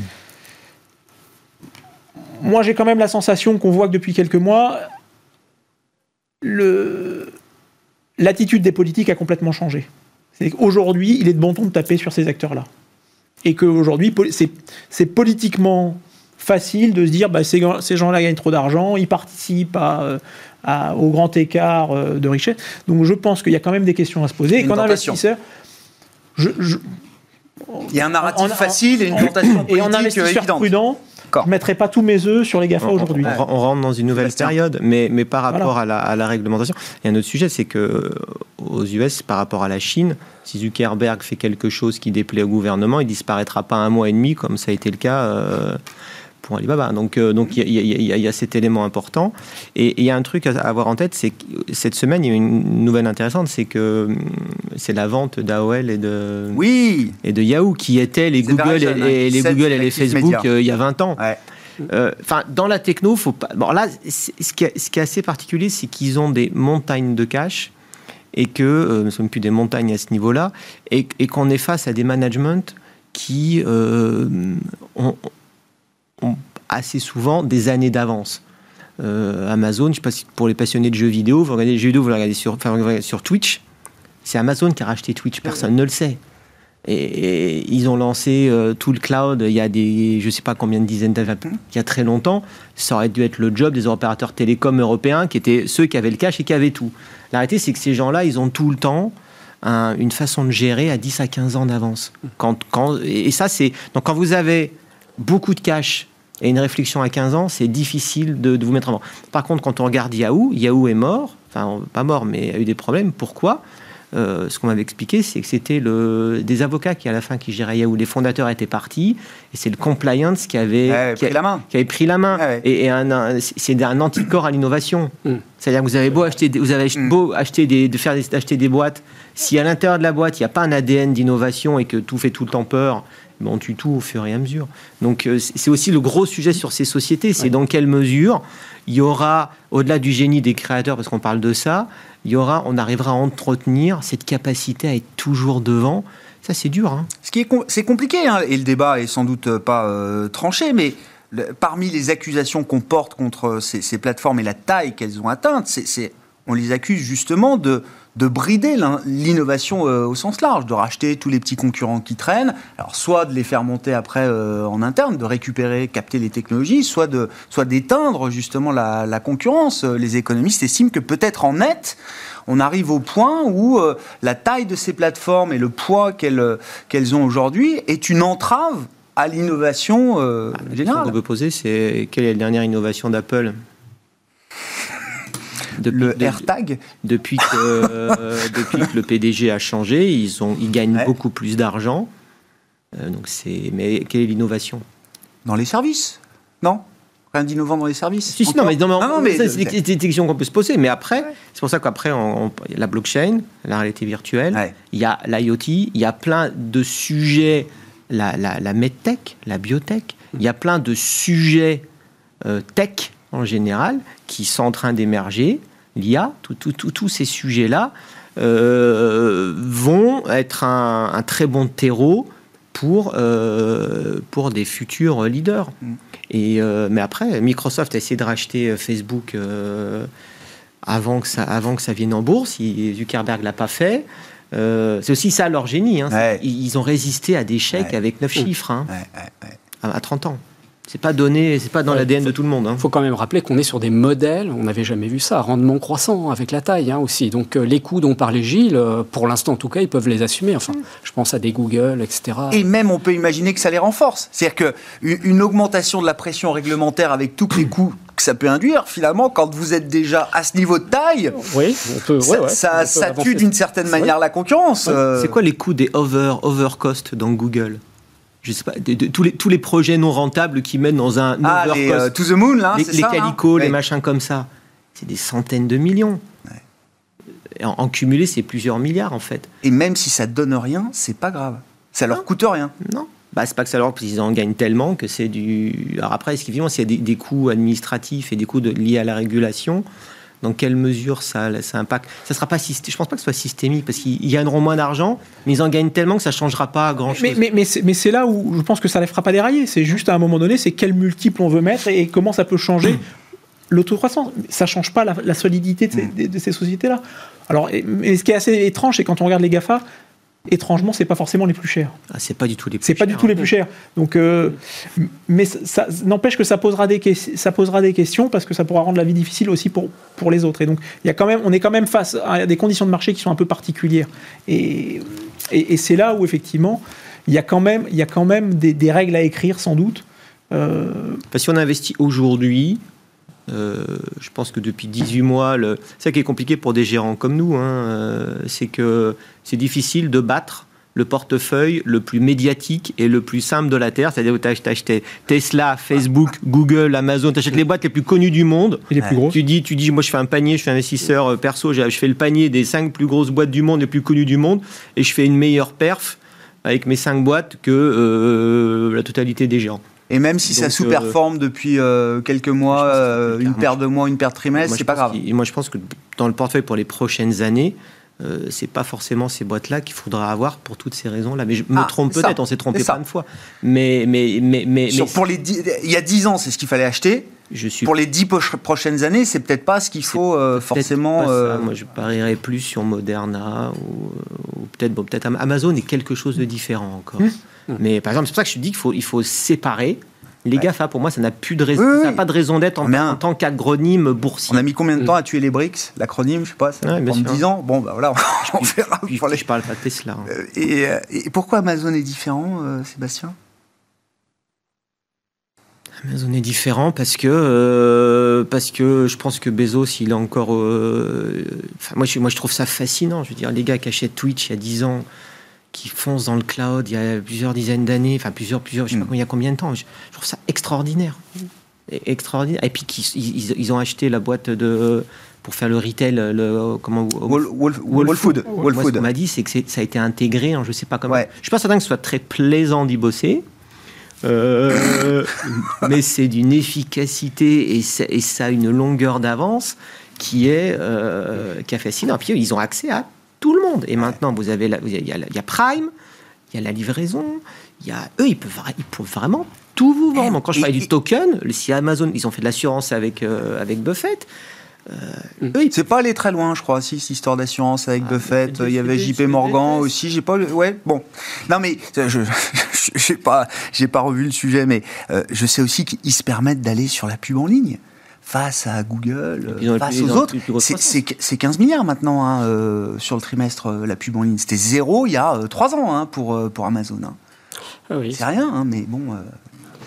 Moi, j'ai quand même la sensation qu'on voit que depuis quelques mois, le... l'attitude des politiques a complètement changé. C'est qu'aujourd'hui, il est de bon ton de taper sur ces acteurs-là. Et qu'aujourd'hui, c'est, c'est politiquement facile de se dire bah, ces, ces gens-là gagnent trop d'argent, ils participent à... À, au grand écart euh, de richesse. Donc je pense qu'il y a quand même des questions à se poser. Et qu'en investisseur, je, je, il y a un narratif en, facile et une tentation politique. Et en investisseur évidente. prudent, je ne mettrais pas tous mes œufs sur les GAFA on, aujourd'hui. On, on rentre dans une nouvelle période, mais, mais par rapport voilà. à, la, à la réglementation, il y a un autre sujet, c'est qu'aux U S, par rapport à la Chine, si Zuckerberg fait quelque chose qui déplaît au gouvernement, il ne disparaîtra pas un mois et demi, comme ça a été le cas... Euh, pour Alibaba. Donc, euh, donc il y, y, y, y a cet élément important. Et il y a un truc à avoir en tête, c'est que cette semaine, il y a une nouvelle intéressante, c'est que c'est la vente d'A O L et de, oui. et de Yahoo, qui étaient les c'est Google, jeune, et, et, les Google et les Facebook euh, il y a vingt ans. Ouais. Euh, dans la techno, faut pas... Bon, là, ce qui, est, ce qui est assez particulier, c'est qu'ils ont des montagnes de cash et que, euh, nous ne sommes plus des montagnes à ce niveau-là, et, et qu'on est face à des managements qui euh, ont ont assez souvent des années d'avance. Euh, Amazon, je ne sais pas si pour les passionnés de jeux vidéo, vous regardez les jeux vidéo, vous les regardez sur, enfin, vous regardez sur Twitch, c'est Amazon qui a racheté Twitch, personne ouais. ne le sait. Et, et ils ont lancé euh, tout le cloud il y a des, je ne sais pas combien de dizaines d'années, il y a très longtemps. Ça aurait dû être le job des opérateurs télécoms européens qui étaient ceux qui avaient le cash et qui avaient tout. La réalité, c'est que ces gens-là, ils ont tout le temps un, une façon de gérer à dix à quinze ans d'avance. Quand, quand, et ça, c'est... Donc quand vous avez beaucoup de cash et une réflexion à quinze ans, c'est difficile de, de vous mettre en avant. Par contre, quand on regarde Yahoo, Yahoo est mort, enfin pas mort, mais a eu des problèmes. Pourquoi ? euh, Ce qu'on m'avait expliqué, c'est que c'était le, des avocats qui, à la fin, qui géraient Yahoo. Les fondateurs étaient partis, et c'est le compliance qui avait, ouais, qui pris, a, la main. qui avait pris la main. Ouais. Et, et un, un, c'est un anticorps à l'innovation. Mm. C'est-à-dire que vous avez beau acheter, vous avez mm. beau acheter des, de faire des, acheter des boîtes, si à l'intérieur de la boîte, il n'y a pas un A D N d'innovation et que tout fait tout le temps peur, ben on tue tout au fur et à mesure. Donc euh, c'est aussi le gros sujet sur ces sociétés, c'est ouais. dans quelle mesure il y aura, au-delà du génie des créateurs, parce qu'on parle de ça, il y aura, on arrivera à entretenir cette capacité à être toujours devant. Ça, c'est dur. Hein. Ce qui est, com- c'est compliqué, hein, et le débat est sans doute pas euh, tranché, mais le, parmi les accusations qu'on porte contre ces, ces plateformes et la taille qu'elles ont atteinte, c'est, c'est, on les accuse justement de de brider l'innovation euh, au sens large, de racheter tous les petits concurrents qui traînent, alors soit de les faire monter après euh, en interne, de récupérer, capter les technologies, soit de soit d'éteindre justement la, la concurrence. Les économistes estiment que peut-être en net, on arrive au point où euh, la taille de ces plateformes et le poids qu'elles, qu'elles ont aujourd'hui est une entrave à l'innovation euh, ah, générale. La question qu'on peut poser, c'est quelle est la dernière innovation d'Apple ? Depuis, le de, AirTag depuis que, euh, depuis que le P D G a changé, ils, ont, ils gagnent ouais. beaucoup plus d'argent. Euh, donc c'est, mais quelle est l'innovation ? Dans les services, non ? Rien d'innovant dans les services. Si, si, non, mais, non, mais, non, non, mais ça, c'est des, des questions qu'on peut se poser. Mais après, ouais. c'est pour ça qu'après, on, on, il y a la blockchain, la réalité virtuelle, ouais. il y a l'IoT, il y a plein de sujets, la, la, la medtech, la biotech, il y a plein de sujets euh, tech en général qui sont en train d'émerger. L'I A, tous tout, tout, tout ces sujets-là euh, vont être un, un très bon terreau pour, euh, pour des futurs leaders. Mm. Et, euh, mais après, Microsoft a essayé de racheter Facebook euh, avant, que ça, avant que ça vienne en bourse. Il, Zuckerberg ne l'a pas fait. Euh, c'est aussi ça leur génie. Hein. Ouais. Ils, ils ont résisté à des chèques ouais. avec neuf chiffres hein, ouais, ouais, ouais. À, à trente ans. C'est pas donné, c'est pas dans ouais, l'A D N faut, de tout le monde. Il hein. faut quand même rappeler qu'on est sur des modèles, on n'avait jamais vu ça, rendement croissant avec la taille hein, aussi. Donc euh, les coûts dont parlait Gilles, euh, pour l'instant en tout cas, ils peuvent les assumer. Enfin, mmh. je pense à des Google, et cetera. Et même on peut imaginer que ça les renforce. C'est-à-dire qu'une une augmentation de la pression réglementaire avec tous les coûts que ça peut induire, finalement, quand vous êtes déjà à ce niveau de taille, oui, on peut, ça, ouais, ouais, ça, on ça peut tue d'une certaine manière ouais. la concurrence. Ouais. Euh... C'est quoi les coûts des over, overcost dans Google ? Je sais pas, de, de, tous, les, tous les projets non rentables qui mènent dans un ah, overcost. Les, euh, to the moon, là, les, c'est les ça, calicots, hein les machins comme ça. C'est des centaines de millions. Ouais. En, en cumulé, c'est plusieurs milliards, en fait. Et même si ça donne rien, c'est pas grave. Ça leur non. coûte rien. Non. Bah, c'est pas que ça leur coûte, ils en gagnent tellement que c'est du... Alors après, effectivement, s'il y a des, des coûts administratifs et des coûts de, liés à la régulation, dans quelle mesure ça, ça impacte ? Ça sera pas systé... Je pense pas que ce soit systémique, parce qu'ils gagneront moins d'argent, mais ils en gagnent tellement que ça changera pas grand-chose. Mais, mais, mais, c'est, mais c'est là où je pense que ça les fera pas dérailler. C'est juste à un moment donné, c'est quel multiple on veut mettre et, et comment ça peut changer l'autocroissance. Ça change pas la, la solidité de ces, de, de ces sociétés-là. Alors, et, mais ce qui est assez étrange, c'est quand on regarde les GAFA, étrangement, c'est pas forcément les plus chers. Ah, c'est pas du tout les plus c'est chers. C'est pas du tout les plus chers. Donc, euh, mais ça, ça n'empêche que ça posera des ça posera des questions parce que ça pourra rendre la vie difficile aussi pour pour les autres. Et donc, il y a quand même, on est quand même face à des conditions de marché qui sont un peu particulières. Et et, et c'est là où effectivement, il y a quand même, il y a quand même des, des règles à écrire sans doute. Euh... Parce que si on investit aujourd'hui. Euh, je pense que depuis dix-huit mois, le... ça qui est compliqué pour des gérants comme nous, hein, euh, c'est que c'est difficile de battre le portefeuille le plus médiatique et le plus simple de la Terre, c'est-à-dire où tu as acheté Tesla, Facebook, Google, Amazon, tu achètes les boîtes les plus connues du monde. Et les plus grosses. Tu dis, tu dis, moi je fais un panier, je suis investisseur perso, je fais le panier des cinq plus grosses boîtes du monde, les plus connues du monde, et je fais une meilleure perf avec mes cinq boîtes que euh, la totalité des gérants. Et même si Donc, ça sous-performe euh, depuis euh, quelques mois, euh, une paire de mois, une paire de trimestres, c'est pas grave. Moi, je pense que dans le portefeuille pour les prochaines années, euh, c'est pas forcément ces boîtes-là qu'il faudra avoir pour toutes ces raisons-là. Mais je me ah, trompe peut-être, ça. on s'est trompé plein de fois. Mais, mais, mais, mais, Sur, mais pour les dix, il y a dix ans, c'est ce qu'il fallait acheter. Je suis... Pour les dix prochaines années, c'est peut-être pas ce qu'il faut euh, forcément. Euh... Moi, je parierais plus sur Moderna ou, ou peut-être, bon, peut-être Amazon est quelque chose de différent encore. Mmh. Mais par exemple, c'est pour ça que je dis qu'il faut, il faut séparer. Les ouais. GAFA, pour moi, ça n'a plus de raison, oui, oui. ça n'a pas de raison d'être en, en tant qu'acronyme boursier. On a mis combien de temps à tuer les BRICS, l'acronyme, je sais pas, ça ouais, pendant dix ans. Bon, bah voilà, on verra. Puis, puis, les... Je parle pas de Tesla. Hein. Et, et pourquoi Amazon est différent, euh, Sébastien ? Amazon est différent parce que euh, parce que je pense que Bezos, il est encore. Euh, moi, je, moi, je trouve ça fascinant. Je veux dire, les gars qui achètent Twitch il y a dix ans. Qui foncent dans le cloud il y a plusieurs dizaines d'années, enfin plusieurs, plusieurs, je sais pas il y a combien de temps. Je, je trouve ça extraordinaire, extraordinaire. Et puis ils, ils ont acheté la boîte de pour faire le retail, le comment Wall, Wall, Wall, Wall Food. Wall Moi, Food. Ce qu'on m'a dit, c'est que c'est, ça a été intégré. Hein, je sais pas comment. Ouais. Je suis pas certain que ce soit très plaisant d'y bosser. Euh, mais c'est d'une efficacité et, et ça a une longueur d'avance qui est euh, qui est fascinante. Puis ils ont accès à tout le monde. Et maintenant, vous avez la, il y a, il y a Prime, il y a la livraison, il y a eux, ils peuvent, ils peuvent vraiment tout vous vendre. Donc, quand je parlais du token, si Amazon, ils ont fait de l'assurance avec euh, avec Buffett. Euh, eux, ils... C'est pas allé très loin, je crois, si, cette histoire d'assurance avec ah, Buffett. Il y avait J P Morgan aussi. J'ai pas, le... ouais, bon. Non, mais je j'ai pas, j'ai pas revu le sujet, mais euh, je sais aussi qu'ils se permettent d'aller sur la pub en ligne. Face à Google, face aux autres, c'est, c'est, c'est quinze milliards maintenant hein, euh, sur le trimestre, euh, la pub en ligne. C'était zéro il y a euh, trois ans hein, pour, euh, pour Amazon. Hein. Ah oui, c'est, c'est rien, hein, mais bon... Euh...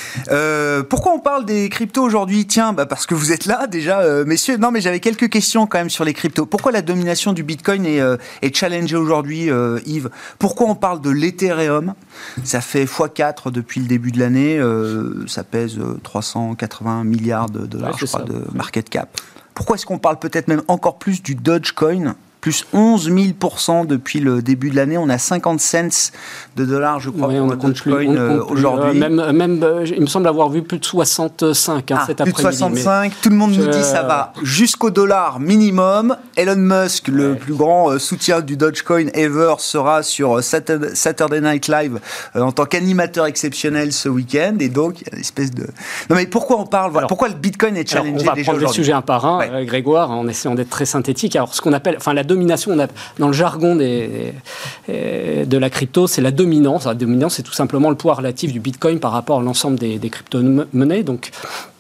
Euh, pourquoi on parle des cryptos aujourd'hui ? Tiens, bah parce que vous êtes là déjà, euh, messieurs. Non, mais j'avais quelques questions quand même sur les cryptos. Pourquoi la domination du Bitcoin est, euh, est challengée aujourd'hui, euh, Yves ? Pourquoi on parle de l'Ethereum ? Ça fait fois quatre depuis le début de l'année. Euh, ça pèse trois cent quatre-vingts milliards de dollars, ouais, je crois, ça. de market cap. Pourquoi est-ce qu'on parle peut-être même encore plus du Dogecoin ? Plus onze mille pour cent depuis le début de l'année. On a cinquante cents de dollars, je crois, oui, pour on le Dogecoin euh, aujourd'hui. Euh, même, même euh, il me semble avoir vu plus de soixante-cinq hein, ah, cet plus après-midi. Plus de soixante-cinq, tout le monde je... nous dit ça va jusqu'au dollar minimum. Elon Musk, le ouais. plus grand euh, soutien du Dogecoin ever, sera sur Saturday, Saturday Night Live euh, en tant qu'animateur exceptionnel ce week-end. Et donc, il y a une espèce de... Non mais pourquoi on parle voilà, alors, pourquoi le Bitcoin est challengé déjà aujourd'hui ? On va prendre le sujet un par un, ouais. euh, Grégoire, en essayant d'être très synthétique. Alors, ce qu'on appelle... Enfin, la domination, on a, dans le jargon des, des, de la crypto, c'est la dominance. La dominance, c'est tout simplement le poids relatif du Bitcoin par rapport à l'ensemble des, des crypto-monnaies. Donc,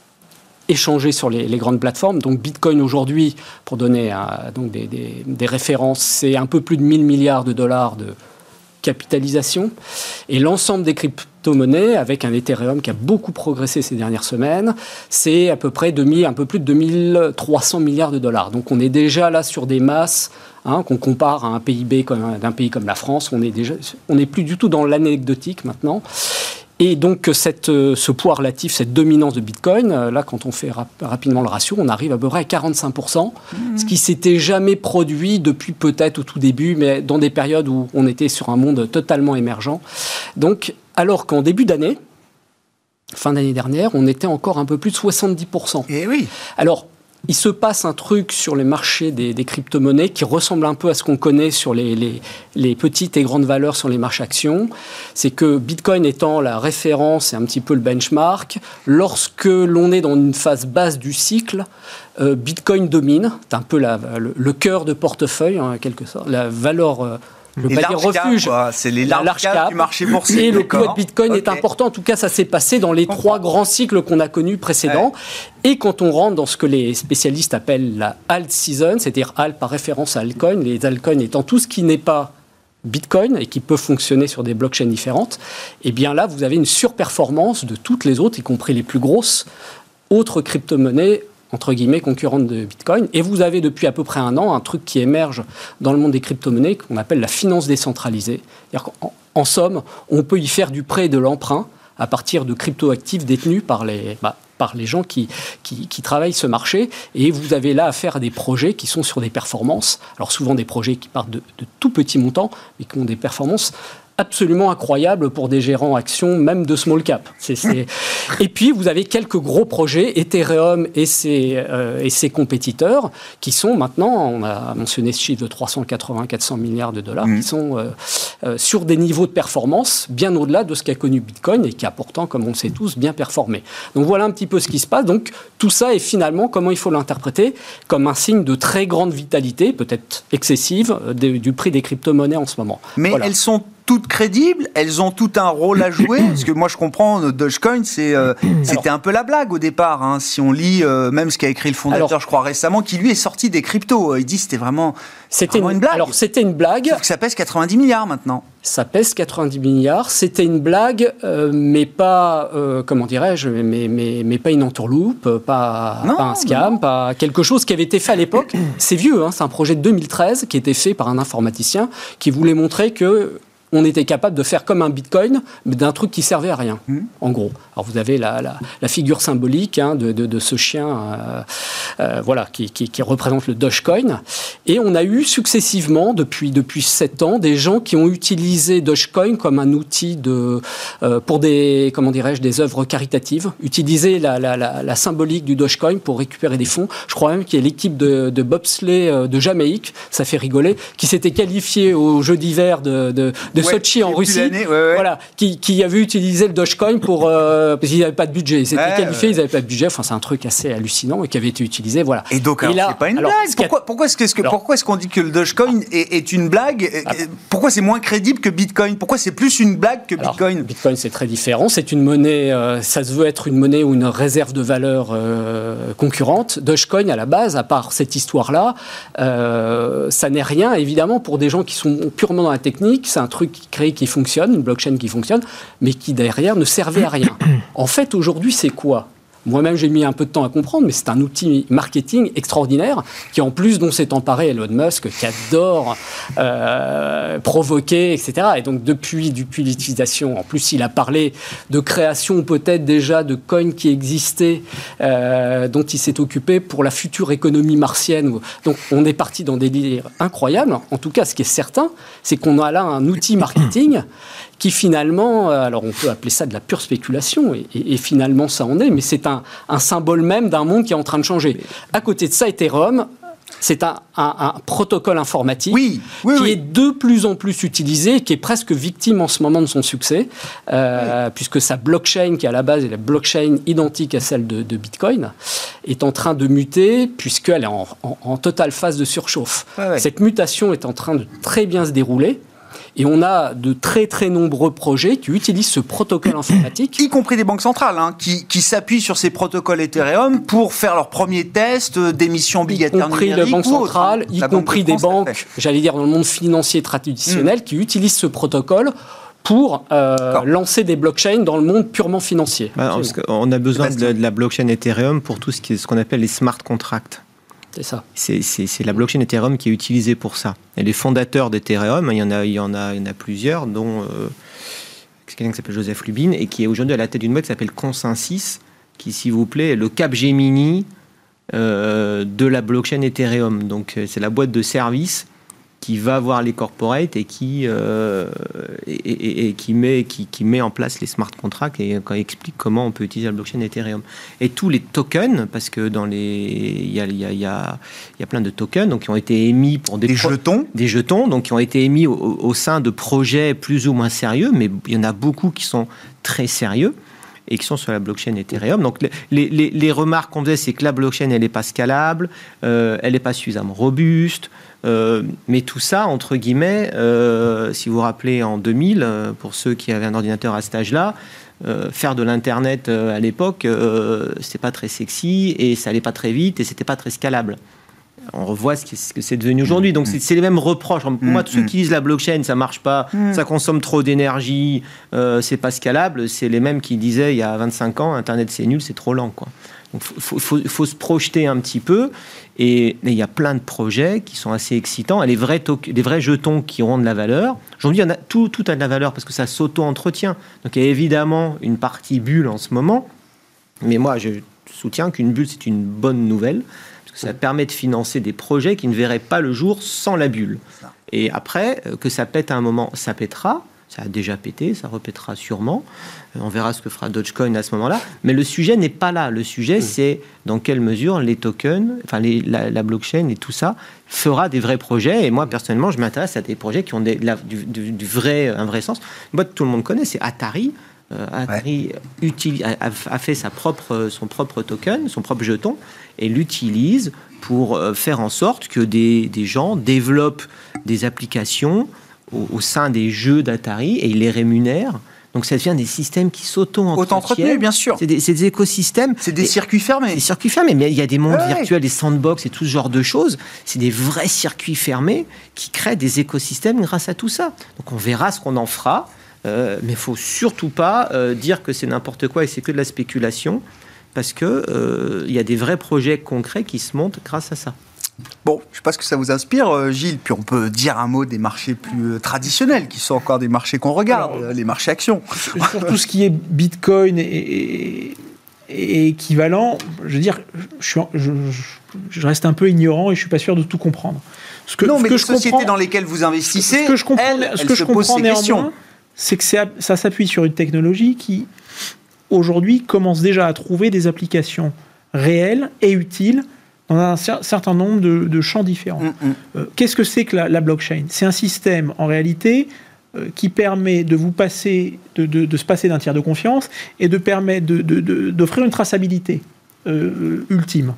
échangé sur les, les grandes plateformes. Donc, Bitcoin aujourd'hui, pour donner euh, donc des, des, des références, c'est un peu plus de mille milliards de dollars de capitalisation. Et l'ensemble des crypto-monnaies, avec un Ethereum qui a beaucoup progressé ces dernières semaines, c'est à peu près deux mille, un peu plus de deux mille trois cents milliards de dollars. Donc on est déjà là sur des masses, hein, qu'on compare à un P I B comme, d'un pays comme la France. On est déjà, on n'est plus du tout dans l'anecdotique maintenant. Et donc, cette, ce poids relatif, cette dominance de Bitcoin, là, quand on fait rap- rapidement le ratio, on arrive à peu près à quarante-cinq pour cent, mmh. ce qui s'était jamais produit depuis peut-être au tout début, mais dans des périodes où on était sur un monde totalement émergent. Donc, alors qu'en début d'année, fin d'année dernière, on était encore un peu plus de soixante-dix pour cent. Eh oui. Alors, il se passe un truc sur les marchés des, des crypto-monnaies qui ressemble un peu à ce qu'on connaît sur les, les, les petites et grandes valeurs sur les marchés actions. C'est que Bitcoin étant la référence et un petit peu le benchmark, lorsque l'on est dans une phase basse du cycle, euh, Bitcoin domine. C'est un peu la, le, le cœur de portefeuille, en quelque sorte, la valeur... Euh, Le pas dire refuge, cap, c'est les large, large cap, cap du marché boursier. Et le poids de Bitcoin okay. est important. En tout cas, ça s'est passé dans les trois grands cycles qu'on a connus précédents. Ouais. Et quand on rentre dans ce que les spécialistes appellent la alt season, c'est-à-dire alt par référence à altcoin, les altcoins étant tout ce qui n'est pas Bitcoin et qui peut fonctionner sur des blockchains différentes, et bien là, vous avez une surperformance de toutes les autres, y compris les plus grosses autres crypto-monnaies entre guillemets, concurrente de Bitcoin. Et vous avez depuis à peu près un an un truc qui émerge dans le monde des crypto-monnaies qu'on appelle la finance décentralisée. C'est-à-dire qu'en en somme, on peut y faire du prêt et de l'emprunt à partir de crypto-actifs détenus par les, bah, par les gens qui, qui, qui travaillent ce marché. Et vous avez là affaire à des projets qui sont sur des performances. Alors souvent des projets qui partent de, de tout petits montants, mais qui ont des performances absolument incroyable pour des gérants actions, même de small cap. C'est, c'est... Et puis, vous avez quelques gros projets, Ethereum et ses, euh, et ses compétiteurs, qui sont maintenant, on a mentionné ce chiffre de trois cent quatre-vingts à quatre cents milliards de dollars, mmh. qui sont euh, euh, sur des niveaux de performance bien au-delà de ce qu'a connu Bitcoin et qui a pourtant, comme on le sait tous, bien performé. Donc voilà un petit peu ce qui se passe. Donc tout ça est finalement, comment il faut l'interpréter, comme un signe de très grande vitalité, peut-être excessive, de, du prix des crypto-monnaies en ce moment. Mais voilà. Elles sont toutes crédibles, elles ont tout un rôle à jouer, parce que moi je comprends, Dogecoin, c'est, euh, c'était alors, un peu la blague au départ, hein, si on lit euh, même ce qu'a écrit le fondateur, alors, je crois récemment, qui lui est sorti des cryptos, il dit c'était vraiment, c'était vraiment une, une blague. Alors c'était une blague. Sauf que ça pèse quatre-vingt-dix milliards maintenant. Ça pèse quatre-vingt-dix milliards, c'était une blague, euh, mais pas, euh, comment dirais-je, mais, mais, mais pas une entourloupe, pas, non, pas un scam, non. pas quelque chose qui avait été fait à l'époque. C'est vieux, hein, c'est un projet de deux mille treize qui a été fait par un informaticien qui voulait montrer que on était capable de faire comme un Bitcoin, mais d'un truc qui servait à rien, mmh. en gros. Alors vous avez la, la, la figure symbolique hein, de, de, de ce chien euh, euh, voilà, qui, qui, qui représente le Dogecoin. Et on a eu successivement, depuis, depuis sept ans, des gens qui ont utilisé Dogecoin comme un outil de, euh, pour des, comment dirais-je, des œuvres caritatives, utiliser la, la, la, la symbolique du Dogecoin pour récupérer des fonds. Je crois même qu'il y a l'équipe de, de bobsleigh de Jamaïque, ça fait rigoler, qui s'était qualifiée aux Jeux d'hiver de, de de ouais, Sochi en Russie, ouais, ouais. Voilà, qui, qui avait utilisé le Dogecoin pour, euh, parce qu'ils n'avaient pas de budget. Ils étaient ouais, qualifiés, ouais. ils n'avaient pas de budget. Enfin, c'est un truc assez hallucinant et qui avait été utilisé. Voilà. Et donc, alors, et là, c'est pas une alors, blague. Pourquoi, pourquoi, est-ce que, alors, pourquoi est-ce qu'on dit que le Dogecoin est, est une blague ah, Pourquoi c'est moins crédible que Bitcoin Pourquoi c'est plus une blague que Bitcoin alors, Bitcoin, c'est très différent. C'est une monnaie, euh, ça se veut être une monnaie ou une réserve de valeur euh, concurrente. Dogecoin, à la base, à part cette histoire-là, euh, ça n'est rien, évidemment, pour des gens qui sont purement dans la technique. C'est un truc truc créé qui fonctionne, une blockchain qui fonctionne, mais qui derrière ne servait à rien. En fait, aujourd'hui, c'est quoi ? Moi-même, j'ai mis un peu de temps à comprendre, mais c'est un outil marketing extraordinaire qui, en plus, dont s'est emparé Elon Musk, qui adore euh, provoquer, et cetera. Et donc, depuis, depuis l'utilisation, en plus, il a parlé de création peut-être déjà de coins qui existaient, euh, dont il s'est occupé pour la future économie martienne. Donc, on est parti dans des délires incroyables. En tout cas, ce qui est certain, c'est qu'on a là un outil marketing qui finalement, alors on peut appeler ça de la pure spéculation, et, et, et finalement ça en est, mais c'est un, un symbole même d'un monde qui est en train de changer. À côté de ça, Ethereum, c'est un, un, un protocole informatique oui, oui, qui oui. est de plus en plus utilisé, qui est presque victime en ce moment de son succès, euh, oui. puisque sa blockchain, qui à la base est la blockchain identique à celle de, de Bitcoin, est en train de muter, puisqu'elle est en, en, en totale phase de surchauffe. Ouais, ouais. Cette mutation est en train de très bien se dérouler. Et on a de très très nombreux projets qui utilisent ce protocole informatique. Y compris des banques centrales, hein, qui, qui s'appuient sur ces protocoles Ethereum pour faire leurs premiers tests d'émissions obligataires numériques. Y compris les banques centrales, y compris des banques, j'allais dire dans le monde financier traditionnel, mmh. qui utilisent ce protocole pour euh, lancer des blockchains dans le monde purement financier. Bah, parce qu'on a besoin de, de la blockchain Ethereum pour tout ce, qui est, ce qu'on appelle les smart contracts. C'est ça. C'est, c'est, c'est la blockchain Ethereum qui est utilisée pour ça. Et les fondateurs d'Ethereum, il y en a, il y en a, il y en a plusieurs, dont euh, quelqu'un qui s'appelle Joseph Lubin et qui est aujourd'hui à la tête d'une boîte qui s'appelle Consensus, qui, s'il vous plaît, est le Capgemini euh, de la blockchain Ethereum. Donc, c'est la boîte de service qui va voir les corporates et qui, euh, et, et, et qui, met, qui, qui met en place les smart contracts et quand il explique comment on peut utiliser la blockchain Ethereum. Et tous les tokens, parce que dans les, il y a, il y a, il y a, il y a plein de tokens donc, qui ont été émis pour des, des pro- jetons, des jetons, donc qui ont été émis au, au sein de projets plus ou moins sérieux, mais il y en a beaucoup qui sont très sérieux et qui sont sur la blockchain Ethereum. Donc, les, les, les remarques qu'on faisait, c'est que la blockchain, elle n'est pas scalable, euh, elle n'est pas suffisamment robuste, euh, mais tout ça, entre guillemets, euh, si vous vous rappelez, en deux mille, euh, pour ceux qui avaient un ordinateur à cet âge-là, euh, faire de l'Internet euh, à l'époque, euh, c'était pas très sexy, et ça allait pas très vite, et c'était pas très scalable. On revoit ce que c'est devenu aujourd'hui. Donc, c'est, c'est les mêmes reproches. Pour moi, tous ceux qui disent la blockchain, ça marche pas, ça consomme trop d'énergie, euh, c'est pas scalable, c'est les mêmes qui disaient il y a vingt-cinq ans, Internet, c'est nul, c'est trop lent, quoi. Donc, il faut, faut, faut se projeter un petit peu. Et il y a plein de projets qui sont assez excitants. Et les vrais, to- les vrais jetons qui auront de la valeur. Aujourd'hui, il y en a, tout, tout a de la valeur parce que ça s'auto-entretient. Donc, il y a évidemment une partie bulle en ce moment. Mais moi, je soutiens qu'une bulle, c'est une bonne nouvelle. Ça permet de financer des projets qui ne verraient pas le jour sans la bulle. Et après, que ça pète à un moment, ça pètera. Ça a déjà pété, ça repètera sûrement. On verra ce que fera Dogecoin à ce moment-là. Mais le sujet n'est pas là. Le sujet, c'est dans quelle mesure les tokens, enfin les, la, la blockchain et tout ça, fera des vrais projets. Et moi, personnellement, je m'intéresse à des projets qui ont des, la, du, du, du vrai, un vrai sens. Moi, tout le monde connaît, c'est Atari. Euh, Atari ouais. utilise, a, a fait sa propre, son propre token, son propre jeton, et l'utilise pour euh, faire en sorte que des, des gens développent des applications au, au sein des jeux d'Atari et ils les rémunèrent. Donc ça devient des systèmes qui s'auto-entretiennent. Auto-entretenus, bien sûr. C'est des, c'est des écosystèmes. C'est des et, circuits fermés. Des circuits fermés, mais il y a des mondes ouais. virtuels, des sandbox et tout ce genre de choses. C'est des vrais circuits fermés qui créent des écosystèmes grâce à tout ça. Donc on verra ce qu'on en fera. Euh, mais il ne faut surtout pas euh, dire que c'est n'importe quoi et c'est que de la spéculation, parce qu'il euh, y a des vrais projets concrets qui se montent grâce à ça. Bon, je ne sais pas ce que ça vous inspire, Gilles, puis on peut dire un mot des marchés plus traditionnels, qui sont encore des marchés qu'on regarde, alors, les marchés actions. Sur tout ce qui est Bitcoin et, et, et équivalent, je veux dire, je, suis, je, je reste un peu ignorant et je ne suis pas sûr de tout comprendre. Ce que, non, ce mais que les je sociétés comprends, dans lesquelles vous investissez, ce que je comprends, elles, ce elles que se je posent comprends ces questions. C'est que c'est, ça s'appuie sur une technologie qui, aujourd'hui, commence déjà à trouver des applications réelles et utiles dans un cer- certain nombre de, de champs différents. Mm-hmm. Euh, qu'est-ce que c'est que la, la blockchain ? C'est un système, en réalité, euh, qui permet de vous passer, de, de, de se passer d'un tiers de confiance et de permettre de, de, de, d'offrir une traçabilité euh, ultime.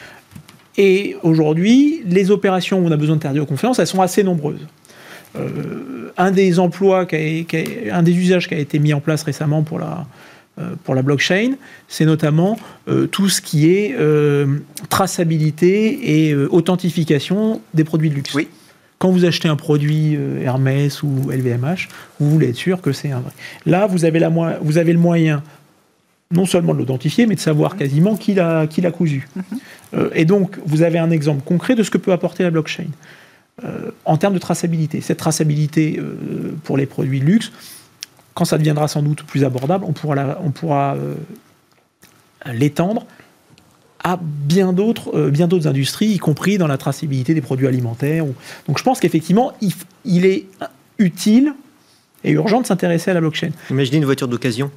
Et aujourd'hui, les opérations où on a besoin de tiers de confiance, elles sont assez nombreuses. Euh, un des emplois, qui a, qui a, un des usages qui a été mis en place récemment pour la, euh, pour la blockchain, c'est notamment euh, tout ce qui est euh, traçabilité et euh, authentification des produits de luxe. Oui. quand vous achetez un produit euh, Hermès ou L V M H, vous voulez être sûr que c'est un vrai. Là, vous avez, la mo- vous avez le moyen non seulement de l'identifier, mais de savoir quasiment qui l'a, qui l'a cousu. Mm-hmm. Euh, et donc, vous avez un exemple concret de ce que peut apporter la blockchain. Euh, en termes de traçabilité. Cette traçabilité euh, pour les produits de luxe, quand ça deviendra sans doute plus abordable, on pourra, la, on pourra euh, l'étendre à bien d'autres, euh, bien d'autres industries, y compris dans la traçabilité des produits alimentaires. Ou... Donc je pense qu'effectivement, il, il est utile et urgent de s'intéresser à la blockchain. Imaginez une voiture d'occasion.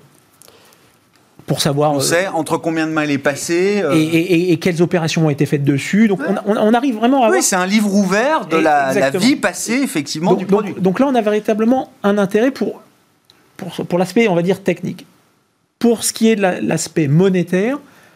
Pour savoir... On euh, sait entre combien de mains elle est passée. Euh... Et, et, et quelles opérations ont été faites dessus. Donc, ouais. on, on arrive vraiment à avoir... Oui, c'est un livre ouvert de la, la vie passée, effectivement, donc, du produit. Donc, donc là, on a véritablement un intérêt pour, pour, pour l'aspect, on va dire, technique. Pour ce qui est de la, l'aspect monétaire,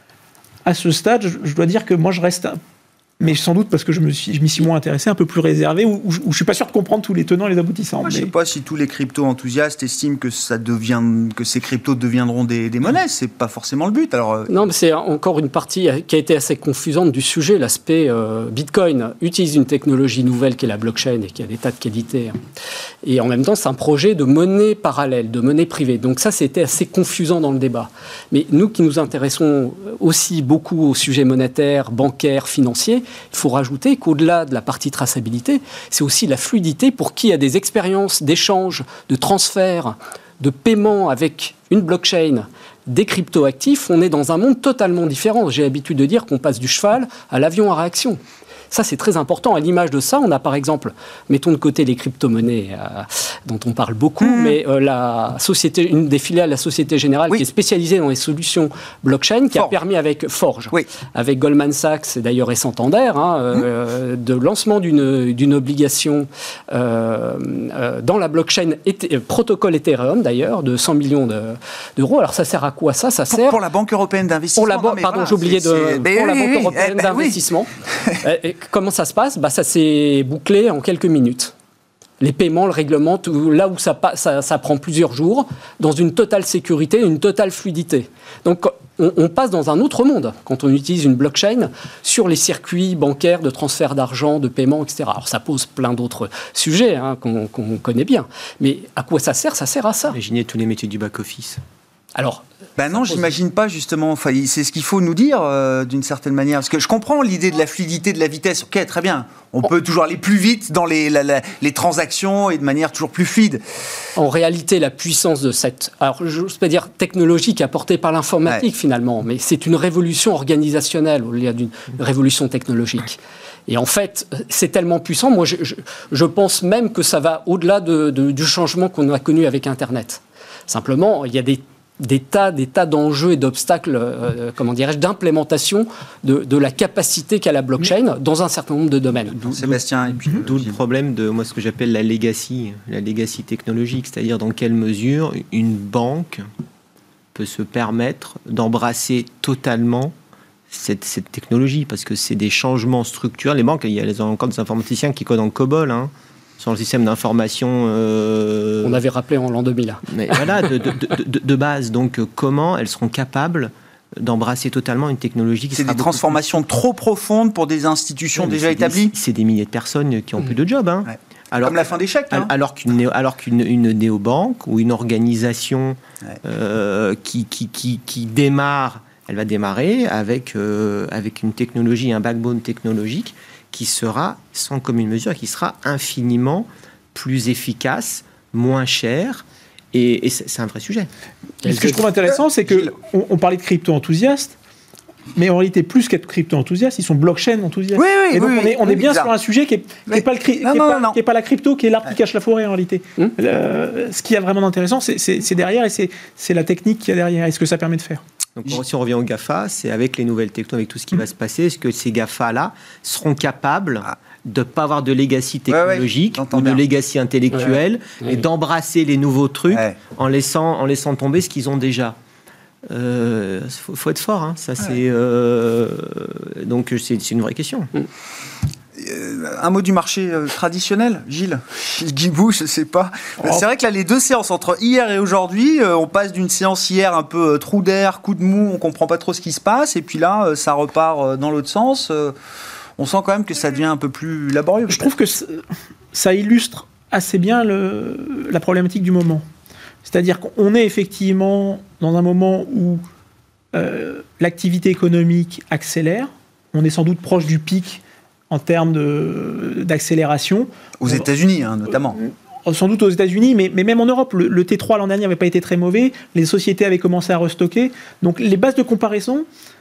à ce stade, je, je dois dire que moi, je reste... Mais sans doute parce que je, me suis, je m'y suis moins intéressé, un peu plus réservé, où, où, je ne suis pas sûr de comprendre tous les tenants et les aboutissants. Moi, mais... je ne sais pas si tous les crypto-enthousiastes estiment que, ça devient, que ces cryptos deviendront des, des monnaies. Ce n'est pas forcément le but. Alors, non, mais c'est encore une partie qui a été assez confusante du sujet. L'aspect euh, Bitcoin utilise une technologie nouvelle qui est la blockchain et qui a des tas de qualités. Et en même temps, c'est un projet de monnaie parallèle, de monnaie privée. Donc ça, c'était assez confusant dans le débat. Mais nous qui nous intéressons aussi beaucoup aux sujets monétaires, bancaires, financiers, il faut rajouter qu'au-delà de la partie traçabilité, c'est aussi la fluidité pour qui a des expériences d'échange, de transfert, de paiement avec une blockchain, des cryptoactifs. On est dans un monde totalement différent. J'ai l'habitude de dire qu'on passe du cheval à l'avion à réaction. Ça, c'est très important. À l'image de ça, on a par exemple, mettons de côté les crypto-monnaies euh, dont on parle beaucoup, mmh. mais euh, la société, une des filiales de la Société Générale oui. qui est spécialisée dans les solutions blockchain, qui Forge. a permis avec Forge, oui. avec Goldman Sachs et d'ailleurs et Santander, hein, euh, mmh. de lancement d'une, d'une obligation euh, euh, dans la blockchain, et, protocole Ethereum d'ailleurs, de cent millions de, d'euros. Alors ça sert à quoi ça, ça pour, sert pour la Banque européenne d'investissement. Pour la banque, pardon, voilà, j'ai oublié de. C'est... Pour oui, la Banque oui, européenne eh ben, d'investissement. Oui. Comment ça se passe ? Bah, ça s'est bouclé en quelques minutes. Les paiements, le règlement, tout, là où ça, ça, ça prend plusieurs jours, dans une totale sécurité, une totale fluidité. Donc on, on passe dans un autre monde quand on utilise une blockchain sur les circuits bancaires de transfert d'argent, de paiement, et cetera. Alors ça pose plein d'autres sujets hein, qu'on, qu'on connaît bien. Mais à quoi ça sert ? Ça sert à ça. Imaginez tous les métiers du back-office. Alors, ben non, j'imagine pas justement. Enfin, c'est ce qu'il faut nous dire euh, d'une certaine manière. Parce que je comprends l'idée de la fluidité, de la vitesse. Ok, très bien. On peut toujours aller plus vite dans les, la, la, les transactions et de manière toujours plus fluide. En réalité, la puissance de cette, alors je ne veux pas dire technologique apportée par l'informatique ouais. finalement, mais c'est une révolution organisationnelle au lieu d'une révolution technologique. Et en fait, c'est tellement puissant. Moi, je, je, je pense même que ça va au-delà de, de, du changement qu'on a connu avec Internet. Simplement, il y a des Des tas, des tas d'enjeux et d'obstacles, euh, comment dirais-je, d'implémentation de, de la capacité qu'a la blockchain Mais, dans un certain nombre de domaines. D'où, Sébastien, et puis d'où le problème de moi ce que j'appelle la legacy, la legacy technologique, c'est-à-dire dans quelle mesure une banque peut se permettre d'embrasser totalement cette, cette technologie, parce que c'est des changements structurels. Les banques, il y a encore des informaticiens qui codent en COBOL, hein. Sur le système d'information... Euh... On avait rappelé en l'an deux mille. Mais voilà, de, de, de, de base. Donc, comment elles seront capables d'embrasser totalement une technologie qui c'est sera des transformations plus... trop profondes pour des institutions oui, déjà c'est établies. Des, c'est des milliers de personnes qui ont mmh. plus de job. Hein. Ouais. Alors, Comme la fin des chèques. Hein. Alors qu'une, alors qu'une une néobanque ou une organisation ouais. euh, qui, qui, qui, qui démarre, elle va démarrer avec, euh, avec une technologie, un backbone technologique qui sera sans commune mesure, qui sera infiniment plus efficace, moins cher, et, et c'est, c'est un vrai sujet. Et ce que je trouve intéressant, c'est qu'on on parlait de crypto-enthousiastes, mais en réalité, plus qu'être crypto-enthousiastes, ils sont blockchain-enthousiastes. Oui, oui, et donc, oui, on est, on oui, est bien bizarre. sur un sujet qui n'est pas, pas, pas la crypto, qui est l'arbre qui cache la forêt, en réalité. Hum. Le, ce qui est vraiment intéressant, c'est, c'est, c'est derrière, et c'est, c'est la technique qu'il y a derrière, et ce que ça permet de faire. Donc, si on revient aux GAFA, c'est avec les nouvelles techno, avec tout ce qui va se passer, est-ce que ces GAFA-là seront capables ah. de ne pas avoir de legacy technologique ouais, ouais, ou de legacy intellectuel ouais, ouais. et d'embrasser les nouveaux trucs ouais. en, laissant, en laissant tomber ce qu'ils ont déjà. Il euh, faut, faut être fort, hein. Ça, ouais. c'est, euh, donc c'est, c'est une vraie question. Mm. Un mot du marché euh, traditionnel, Gilles Gilles Guilbault, je ne sais pas. Oh. C'est vrai que là, les deux séances, entre hier et aujourd'hui, euh, on passe d'une séance hier un peu euh, trou d'air, coup de mou, on ne comprend pas trop ce qui se passe, et puis là, euh, ça repart euh, dans l'autre sens. Euh, on sent quand même que ça devient un peu plus laborieux. Je trouve que ça illustre assez bien le, la problématique du moment. C'est-à-dire qu'on est effectivement dans un moment où euh, l'activité économique accélère. On est sans doute proche du pic en termes de, d'accélération. Aux États-Unis, hein, notamment. Euh, sans doute aux États-Unis, mais, mais même en Europe. Le, le T trois l'an dernier n'avait pas été très mauvais. Les sociétés avaient commencé à restocker. Donc les bases de comparaison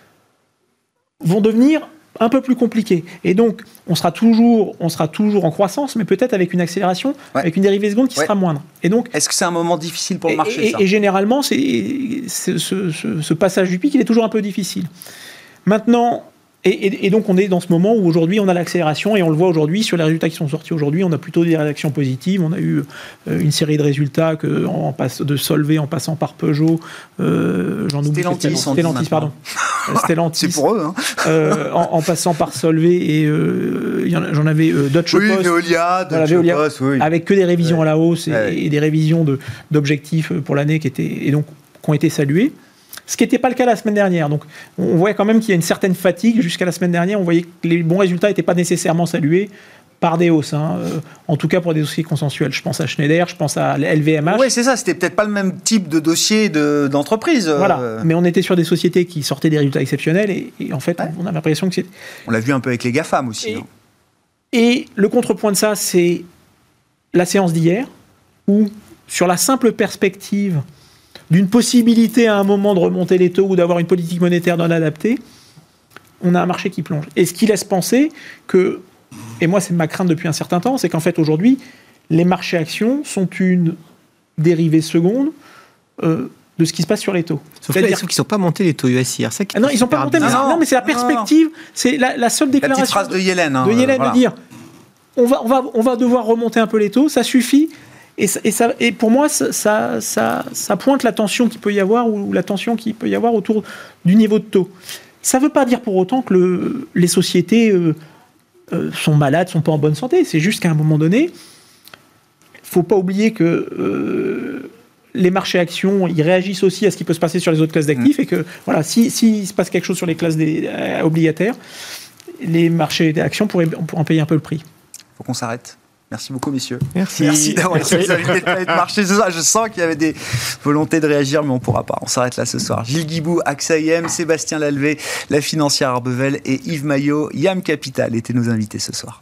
vont devenir un peu plus compliquées. Et donc, on sera toujours, on sera toujours en croissance, mais peut-être avec une accélération, ouais. avec une dérivée seconde qui ouais. sera moindre. Et donc, est-ce que c'est un moment difficile pour le marché, et, ça et, et généralement, c'est, c'est, ce, ce, ce passage du pic, il est toujours un peu difficile. Maintenant... Et, et, et donc, on est dans ce moment où aujourd'hui, on a l'accélération et on le voit aujourd'hui sur les résultats qui sont sortis aujourd'hui. On a plutôt des réactions positives. On a eu euh, une série de résultats que, en, en passe, de Solvay en passant par Peugeot. Euh, j'en oublie. Stellantis, Stellantis, pardon. Stellantis. C'est pour eux. Hein. euh, en, en passant par Solvay et euh, j'en avais euh, Deutsche oui, Post. Veolia, Deutsche voilà, Veolia, Post, oui. Avec que des révisions ouais. à la hausse et, ouais. et des révisions de, d'objectifs pour l'année qui étaient, et donc, qui ont été saluées. Ce qui n'était pas le cas la semaine dernière. Donc, on voyait quand même qu'il y a une certaine fatigue. Jusqu'à la semaine dernière, on voyait que les bons résultats n'étaient pas nécessairement salués par des hausses. Hein. Euh, en tout cas, pour des dossiers consensuels. Je pense à Schneider, je pense à L V M H. Oui, c'est ça. C'était peut-être pas le même type de dossier de, d'entreprise. Voilà. Euh... Mais on était sur des sociétés qui sortaient des résultats exceptionnels. Et, et en fait, ouais. on a l'impression que c'est... On l'a vu un peu avec les GAFAM aussi. Et, hein. et le contrepoint de ça, c'est la séance d'hier, où, sur la simple perspective d'une possibilité à un moment de remonter les taux ou d'avoir une politique monétaire non adaptée, on a un marché qui plonge. Et ce qui laisse penser que, et moi c'est ma crainte depuis un certain temps, c'est qu'en fait aujourd'hui, les marchés actions sont une dérivée seconde euh, de ce qui se passe sur les taux. Sauf là, ils ne sont pas montés les taux U S hier. Ça qui ah non, ils n'ont pas monté, mais, non, non, mais c'est la perspective, c'est la, la seule déclaration. La petite phrase de Yellen. Hein, de Yellen voilà. de dire, on va, on, va, on va devoir remonter un peu les taux, ça suffit. Et, et, ça, et pour moi, ça, ça, ça, ça pointe la tension qu'il peut y avoir ou la tension qu'il peut y avoir autour du niveau de taux. Ça ne veut pas dire pour autant que le, les sociétés euh, euh, sont malades, ne sont pas en bonne santé. C'est juste qu'à un moment donné, il ne faut pas oublier que euh, les marchés actions, ils réagissent aussi à ce qui peut se passer sur les autres classes d'actifs. Mmh. Et que voilà, si, si se passe quelque chose sur les classes des, euh, obligataires, les marchés d'actions pourraient, on pourrait en payer un peu le prix. Il faut qu'on s'arrête. Merci beaucoup, messieurs. Merci. Merci d'avoir été les invités de Planète Marché ce soir. Je sens qu'il y avait des volontés de réagir, mais on ne pourra pas. On s'arrête là ce soir. Gilles Guibou, AXA I M, Sébastien Lalvé, la financière Arbevel et Yves Maillot, Yam Capital étaient nos invités ce soir.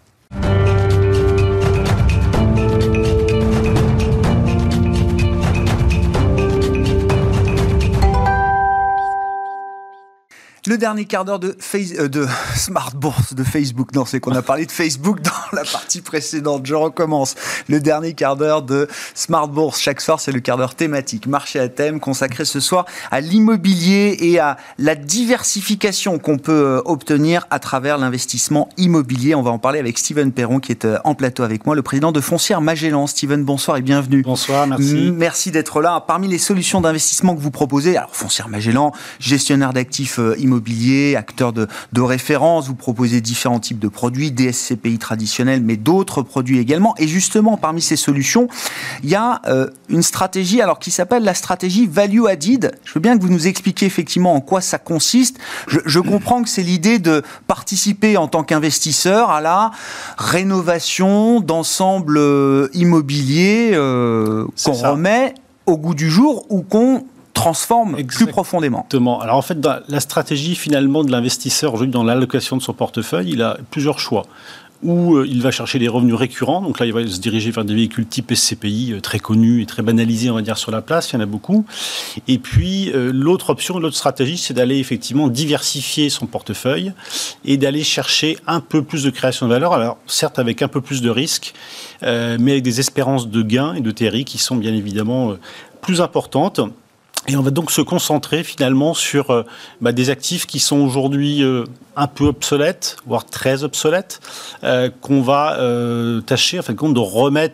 Le dernier quart d'heure de, face, euh, de Smart Bourse de Facebook. Non, c'est qu'on a parlé de Facebook dans la partie précédente. Je recommence. Le dernier quart d'heure de Smart Bourse. Chaque soir, c'est le quart d'heure thématique, marché à thème, consacré ce soir à l'immobilier et à la diversification qu'on peut obtenir à travers l'investissement immobilier. On va en parler avec Steven Perron, qui est en plateau avec moi, le président de Foncière Magellan. Steven, bonsoir et bienvenue. Bonsoir, merci. Merci d'être là. Parmi les solutions d'investissement que vous proposez, alors Foncière Magellan, gestionnaire d'actifs immobiliers, immobilier, acteur de, de référence, vous proposez différents types de produits, des S C P I traditionnels, mais d'autres produits également. Et justement, parmi ces solutions, il y a euh, une stratégie alors qui s'appelle la stratégie Value Added. Je veux bien que vous nous expliquiez effectivement en quoi ça consiste. Je, je comprends que c'est l'idée de participer en tant qu'investisseur à la rénovation d'ensembles euh, immobiliers euh, qu'on ça. remet au goût du jour ou qu'on transforme Exactement. plus profondément. Exactement. Alors en fait, dans la stratégie finalement de l'investisseur aujourd'hui dans l'allocation de son portefeuille, il a plusieurs choix. Ou euh, il va chercher des revenus récurrents, donc là il va se diriger vers des véhicules type S C P I, euh, très connus et très banalisés on va dire sur la place, il y en a beaucoup. Et puis euh, l'autre option, l'autre stratégie, c'est d'aller effectivement diversifier son portefeuille et d'aller chercher un peu plus de création de valeur, alors certes avec un peu plus de risques, euh, mais avec des espérances de gains et de T R I qui sont bien évidemment euh, plus importantes. Et on va donc se concentrer finalement sur euh, bah, des actifs qui sont aujourd'hui euh, un peu obsolètes, voire très obsolètes, euh, qu'on va euh, tâcher en fin de compte de remettre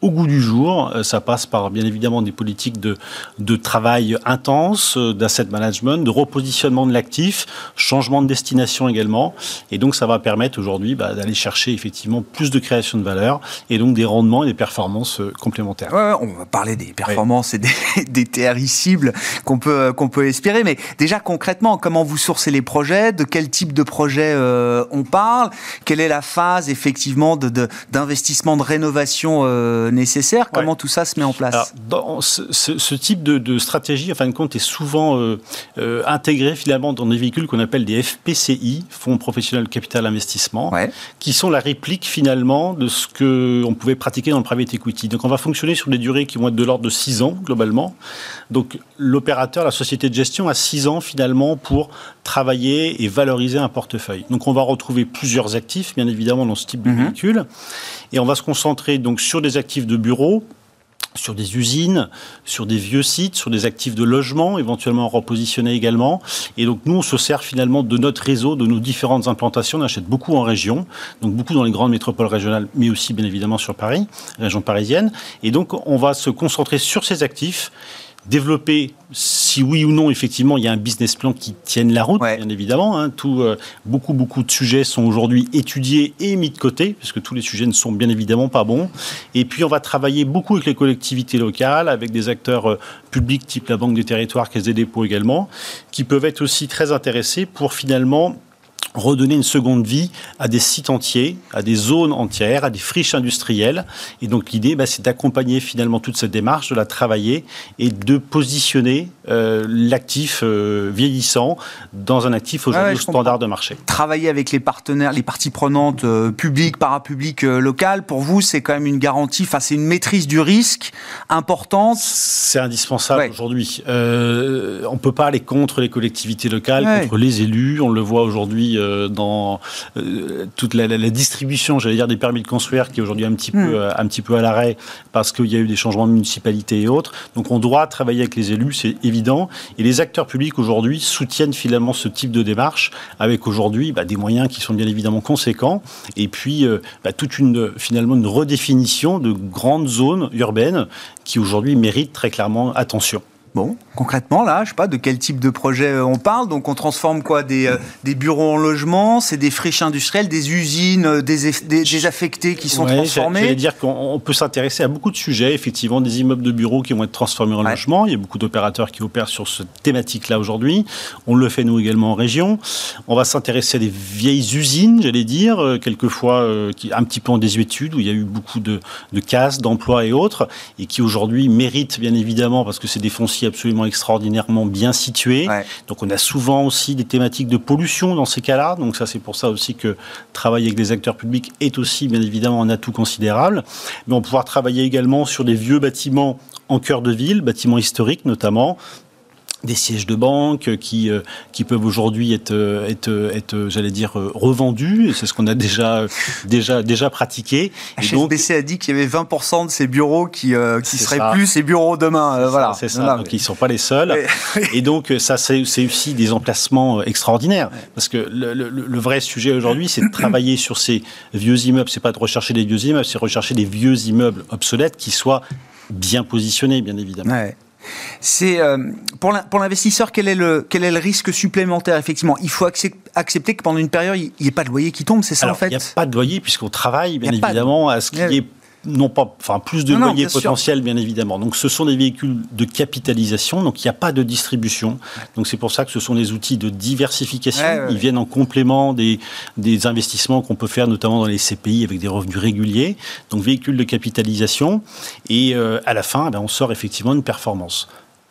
au goût du jour. Ça passe par, bien évidemment, des politiques de, de travail intense, d'asset management, de repositionnement de l'actif, changement de destination également. Et donc, ça va permettre aujourd'hui bah, d'aller chercher effectivement plus de création de valeur et donc des rendements et des performances complémentaires. Ouais, ouais, on va parler des performances oui. et des, des T R I cibles qu'on peut, qu'on peut espérer. Mais déjà, concrètement, comment vous sourcez les projets? De quel type de projet euh, on parle? Quelle est la phase, effectivement, de, de, d'investissement, de rénovation euh, nécessaire? Comment ouais. tout ça se met en place? Alors, dans ce, ce, ce type de, de stratégie, en fin de compte, est souvent euh, euh, intégré, finalement, dans des véhicules qu'on appelle des F P C I, Fonds Professionnels Capital Investissement, ouais. qui sont la réplique, finalement, de ce qu'on pouvait pratiquer dans le private equity. Donc, on va fonctionner sur des durées qui vont être de l'ordre de six ans, globalement. Donc, l'opérateur, la société de gestion, a six ans, finalement, pour travailler et valoriser un portefeuille. Donc, on va retrouver plusieurs actifs, bien évidemment, dans ce type de mmh. véhicule. Et on va se concentrer, donc, sur des actifs de bureau, sur des usines, sur des vieux sites, sur des actifs de logement, éventuellement repositionnés également. Et donc, nous, on se sert finalement de notre réseau, de nos différentes implantations. On achète beaucoup en région, donc beaucoup dans les grandes métropoles régionales, mais aussi, bien évidemment, sur Paris, région parisienne. Et donc, on va se concentrer sur ces actifs, développer, si oui ou non, effectivement, il y a un business plan qui tienne la route, ouais. bien évidemment. Hein, tout, euh, beaucoup, beaucoup de sujets sont aujourd'hui étudiés et mis de côté, parce que tous les sujets ne sont bien évidemment pas bons. Et puis, on va travailler beaucoup avec les collectivités locales, avec des acteurs euh, publics, type la Banque des Territoires, Caisse des Dépôts également, qui peuvent être aussi très intéressés pour finalement redonner une seconde vie à des sites entiers, à des zones entières, à des friches industrielles. Et donc l'idée, bah, c'est d'accompagner finalement toute cette démarche, de la travailler et de positionner euh, l'actif euh, vieillissant dans un actif aujourd'hui ah ouais, au standard comprends. de marché. Travailler avec les partenaires, les parties prenantes euh, publiques, parapubliques, euh, locales, pour vous, c'est quand même une garantie, enfin c'est une maîtrise du risque importante. C'est indispensable ouais. aujourd'hui. Euh, on ne peut pas aller contre les collectivités locales, ouais. contre les élus. On le voit aujourd'hui dans euh, toute la, la, la distribution, j'allais dire, des permis de construire qui est aujourd'hui un petit mmh. peu, euh, un petit peu à l'arrêt parce qu'il y a eu des changements de municipalité et autres. Donc on doit travailler avec les élus, c'est évident. Et les acteurs publics aujourd'hui soutiennent finalement ce type de démarche avec aujourd'hui bah, des moyens qui sont bien évidemment conséquents et puis euh, bah, toute une, finalement une redéfinition de grandes zones urbaines qui aujourd'hui méritent très clairement attention. Bon, concrètement, là, je sais pas de quel type de projet on parle. Donc, on transforme quoi des, euh, des bureaux en logements, c'est des friches industrielles, des usines des, des, désaffectées qui sont ouais, transformées. J'allais dire qu'on peut s'intéresser à beaucoup de sujets, effectivement, des immeubles de bureaux qui vont être transformés en ouais. logements. Il y a beaucoup d'opérateurs qui opèrent sur cette thématique-là aujourd'hui. On le fait, nous, également en région. On va s'intéresser à des vieilles usines, j'allais dire, euh, quelquefois euh, qui, un petit peu en désuétude, où il y a eu beaucoup de, de cases, d'emplois et autres, et qui aujourd'hui méritent, bien évidemment, parce que c'est des fonciers absolument extraordinairement bien situés. Ouais. Donc on a souvent aussi des thématiques de pollution dans ces cas-là. Donc ça, c'est pour ça aussi que travailler avec des acteurs publics est aussi bien évidemment un atout considérable. Mais on va pouvoir travailler également sur des vieux bâtiments en cœur de ville, bâtiments historiques notamment, des sièges de banque qui, euh, qui peuvent aujourd'hui être, être, être, j'allais dire, revendus. C'est ce qu'on a déjà, déjà, déjà pratiqué. H S B C donc, a dit qu'il y avait vingt pour cent de ces bureaux qui, euh, qui seraient ça. plus ces bureaux demain. Euh, voilà. C'est ça. Non, donc, mais... ils ne sont pas les seuls. Et donc, ça, c'est, c'est aussi des emplacements extraordinaires. Ouais. Parce que le, le, le vrai sujet aujourd'hui, c'est de travailler sur ces vieux immeubles. Ce n'est pas de rechercher des vieux immeubles, c'est de rechercher des vieux immeubles obsolètes qui soient bien positionnés, bien évidemment. Ouais. C'est euh, pour, pour l'investisseur, quel est le quel est le risque supplémentaire? Effectivement, il faut accepter que pendant une période, il n'y ait pas de loyer qui tombe, c'est ça? Alors, en fait. Il n'y a pas de loyer puisqu'on travaille bien évidemment de... à ce qu'il y ait non pas, enfin plus de non, loyers non, potentiels bien évidemment. Donc ce sont des véhicules de capitalisation, donc il n'y a pas de distribution. Donc c'est pour ça que ce sont des outils de diversification. Ouais, ouais, Ils ouais. viennent en complément des, des investissements qu'on peut faire notamment dans les C P I avec des revenus réguliers. Donc véhicules de capitalisation et euh, à la fin, ben, on sort effectivement une performance.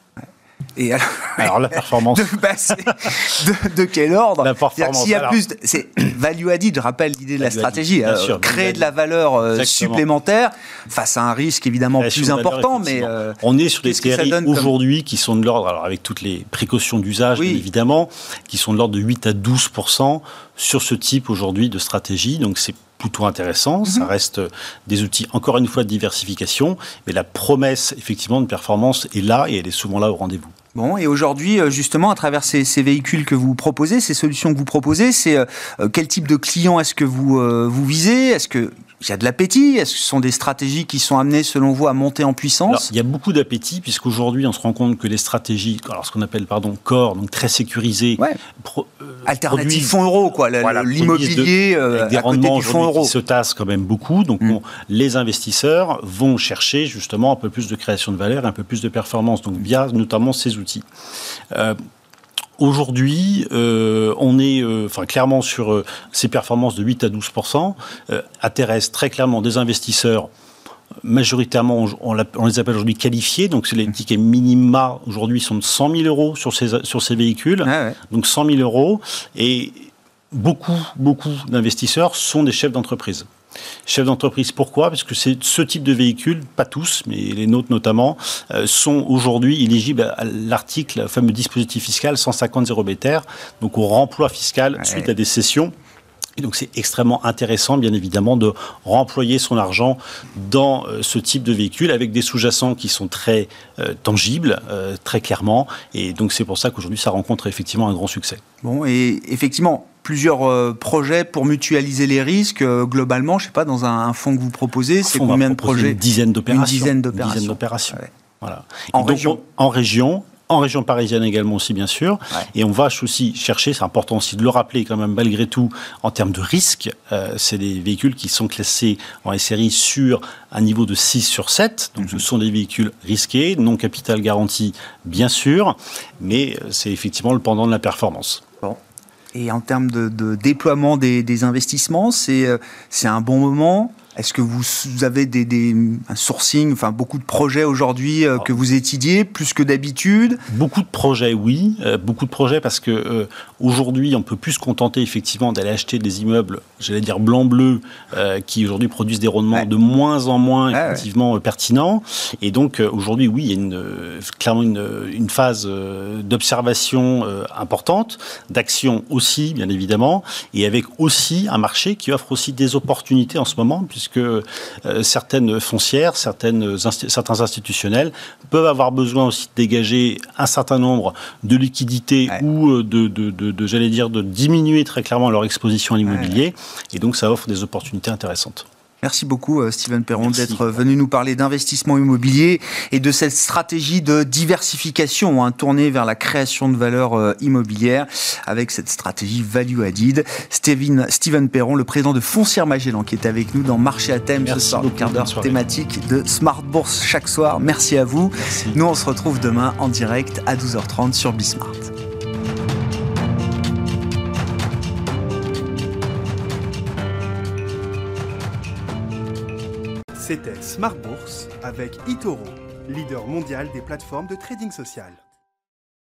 Et alors, alors la performance de, bah, de, de quel ordre? La performance. S'il y a alors, plus, de, c'est value added. Je rappelle l'idée de la stratégie. Bien sûr, créer de la valeur euh, supplémentaire face à un risque évidemment la plus important. Mais euh, on est sur des T R I aujourd'hui comme... qui sont de l'ordre, alors avec toutes les précautions d'usage oui. évidemment, qui sont de l'ordre de huit à douze pour cent sur ce type aujourd'hui de stratégie. Donc c'est plutôt intéressant, mmh. ça reste des outils, encore une fois, de diversification, mais la promesse, effectivement, de performance est là et elle est souvent là au rendez-vous. Bon, et aujourd'hui, justement, à travers ces, ces véhicules que vous proposez, ces solutions que vous proposez, c'est euh, quel type de clients est-ce que vous, euh, vous visez? Est-ce que il y a de l'appétit? Est-ce que ce sont des stratégies qui sont amenées, selon vous, à monter en puissance? Alors, il y a beaucoup d'appétit, puisqu'aujourd'hui, on se rend compte que les stratégies, alors ce qu'on appelle, pardon, core, donc très sécurisées, ouais. pro, euh, alternative fonds euros, quoi, voilà, l'immobilier de, avec des à rendements côté du fonds euro. Qui se tassent quand même beaucoup. Donc, mm. bon, les investisseurs vont chercher justement un peu plus de création de valeur, un peu plus de performance, donc via notamment ces outils. Euh, Aujourd'hui, euh, on est euh, enfin, clairement sur euh, ces performances de huit à douze pour cent, euh, intéressent très clairement des investisseurs majoritairement, on, on, on les appelle aujourd'hui qualifiés, donc c'est les tickets minima aujourd'hui sont de cent mille euros sur ces, sur ces véhicules, ah ouais. donc cent mille euros, et beaucoup, beaucoup d'investisseurs sont des chefs d'entreprise. Chefs d'entreprise, pourquoi? Parce que c'est ce type de véhicules, pas tous, mais les nôtres notamment, euh, sont aujourd'hui éligibles à l'article, le fameux dispositif fiscal cent cinquante zéro B T R, donc au remploi fiscal ouais. suite à des cessions. Et donc c'est extrêmement intéressant, bien évidemment, de remployer son argent dans euh, ce type de véhicule avec des sous-jacents qui sont très euh, tangibles, euh, très clairement. Et donc c'est pour ça qu'aujourd'hui, ça rencontre effectivement un grand succès. Bon, et effectivement, plusieurs euh, projets pour mutualiser les risques. Euh, globalement, je ne sais pas, dans un, un fonds que vous proposez, c'est combien de projets? Une dizaine d'opérations. Une dizaine d'opérations. Une dizaine d'opérations. Ouais. Voilà. En donc, région En région. En région parisienne également aussi, bien sûr. Ouais. Et on va aussi chercher, c'est important aussi de le rappeler quand même, malgré tout, en termes de risque, euh, c'est des véhicules qui sont classés en S R I sur un niveau de six sur sept. Donc, mm-hmm. ce sont des véhicules risqués, non capital garanti, bien sûr, mais c'est effectivement le pendant de la performance. Bon. Et en termes de, de déploiement des, des investissements, c'est, c'est un bon moment? Est-ce que vous avez des, des, un sourcing, enfin beaucoup de projets aujourd'hui euh, que vous étudiez, plus que d'habitude? Beaucoup de projets, oui. Euh, beaucoup de projets parce que euh, aujourd'hui, on peut plus se contenter effectivement d'aller acheter des immeubles, j'allais dire blanc-bleu, euh, qui aujourd'hui produisent des rendements ouais. de moins en moins ouais, effectivement ouais. pertinents. Et donc euh, aujourd'hui, oui, il y a une, euh, clairement une, une phase euh, d'observation euh, importante, d'action aussi, bien évidemment, et avec aussi un marché qui offre aussi des opportunités en ce moment, puisque que euh, certaines foncières, certaines insti- certains institutionnels peuvent avoir besoin aussi de dégager un certain nombre de liquidités ouais. ou de, de, de, de, j'allais dire, de diminuer très clairement leur exposition à l'immobilier. Ouais. Et donc, ça offre des opportunités intéressantes. Merci beaucoup, Steven Perron, Merci. d'être venu nous parler d'investissement immobilier et de cette stratégie de diversification hein, tournée vers la création de valeur euh, immobilière avec cette stratégie value added. Steven, Steven Perron, le président de Foncière Magellan, qui est avec nous dans Marché à thème Merci ce soir, le quart d'heure thématique de Smart Bourse chaque soir. Merci à vous. Merci. Nous, on se retrouve demain en direct à douze heures trente sur Bismart. C'était Smart Bourse avec eToro, leader mondial des plateformes de trading social.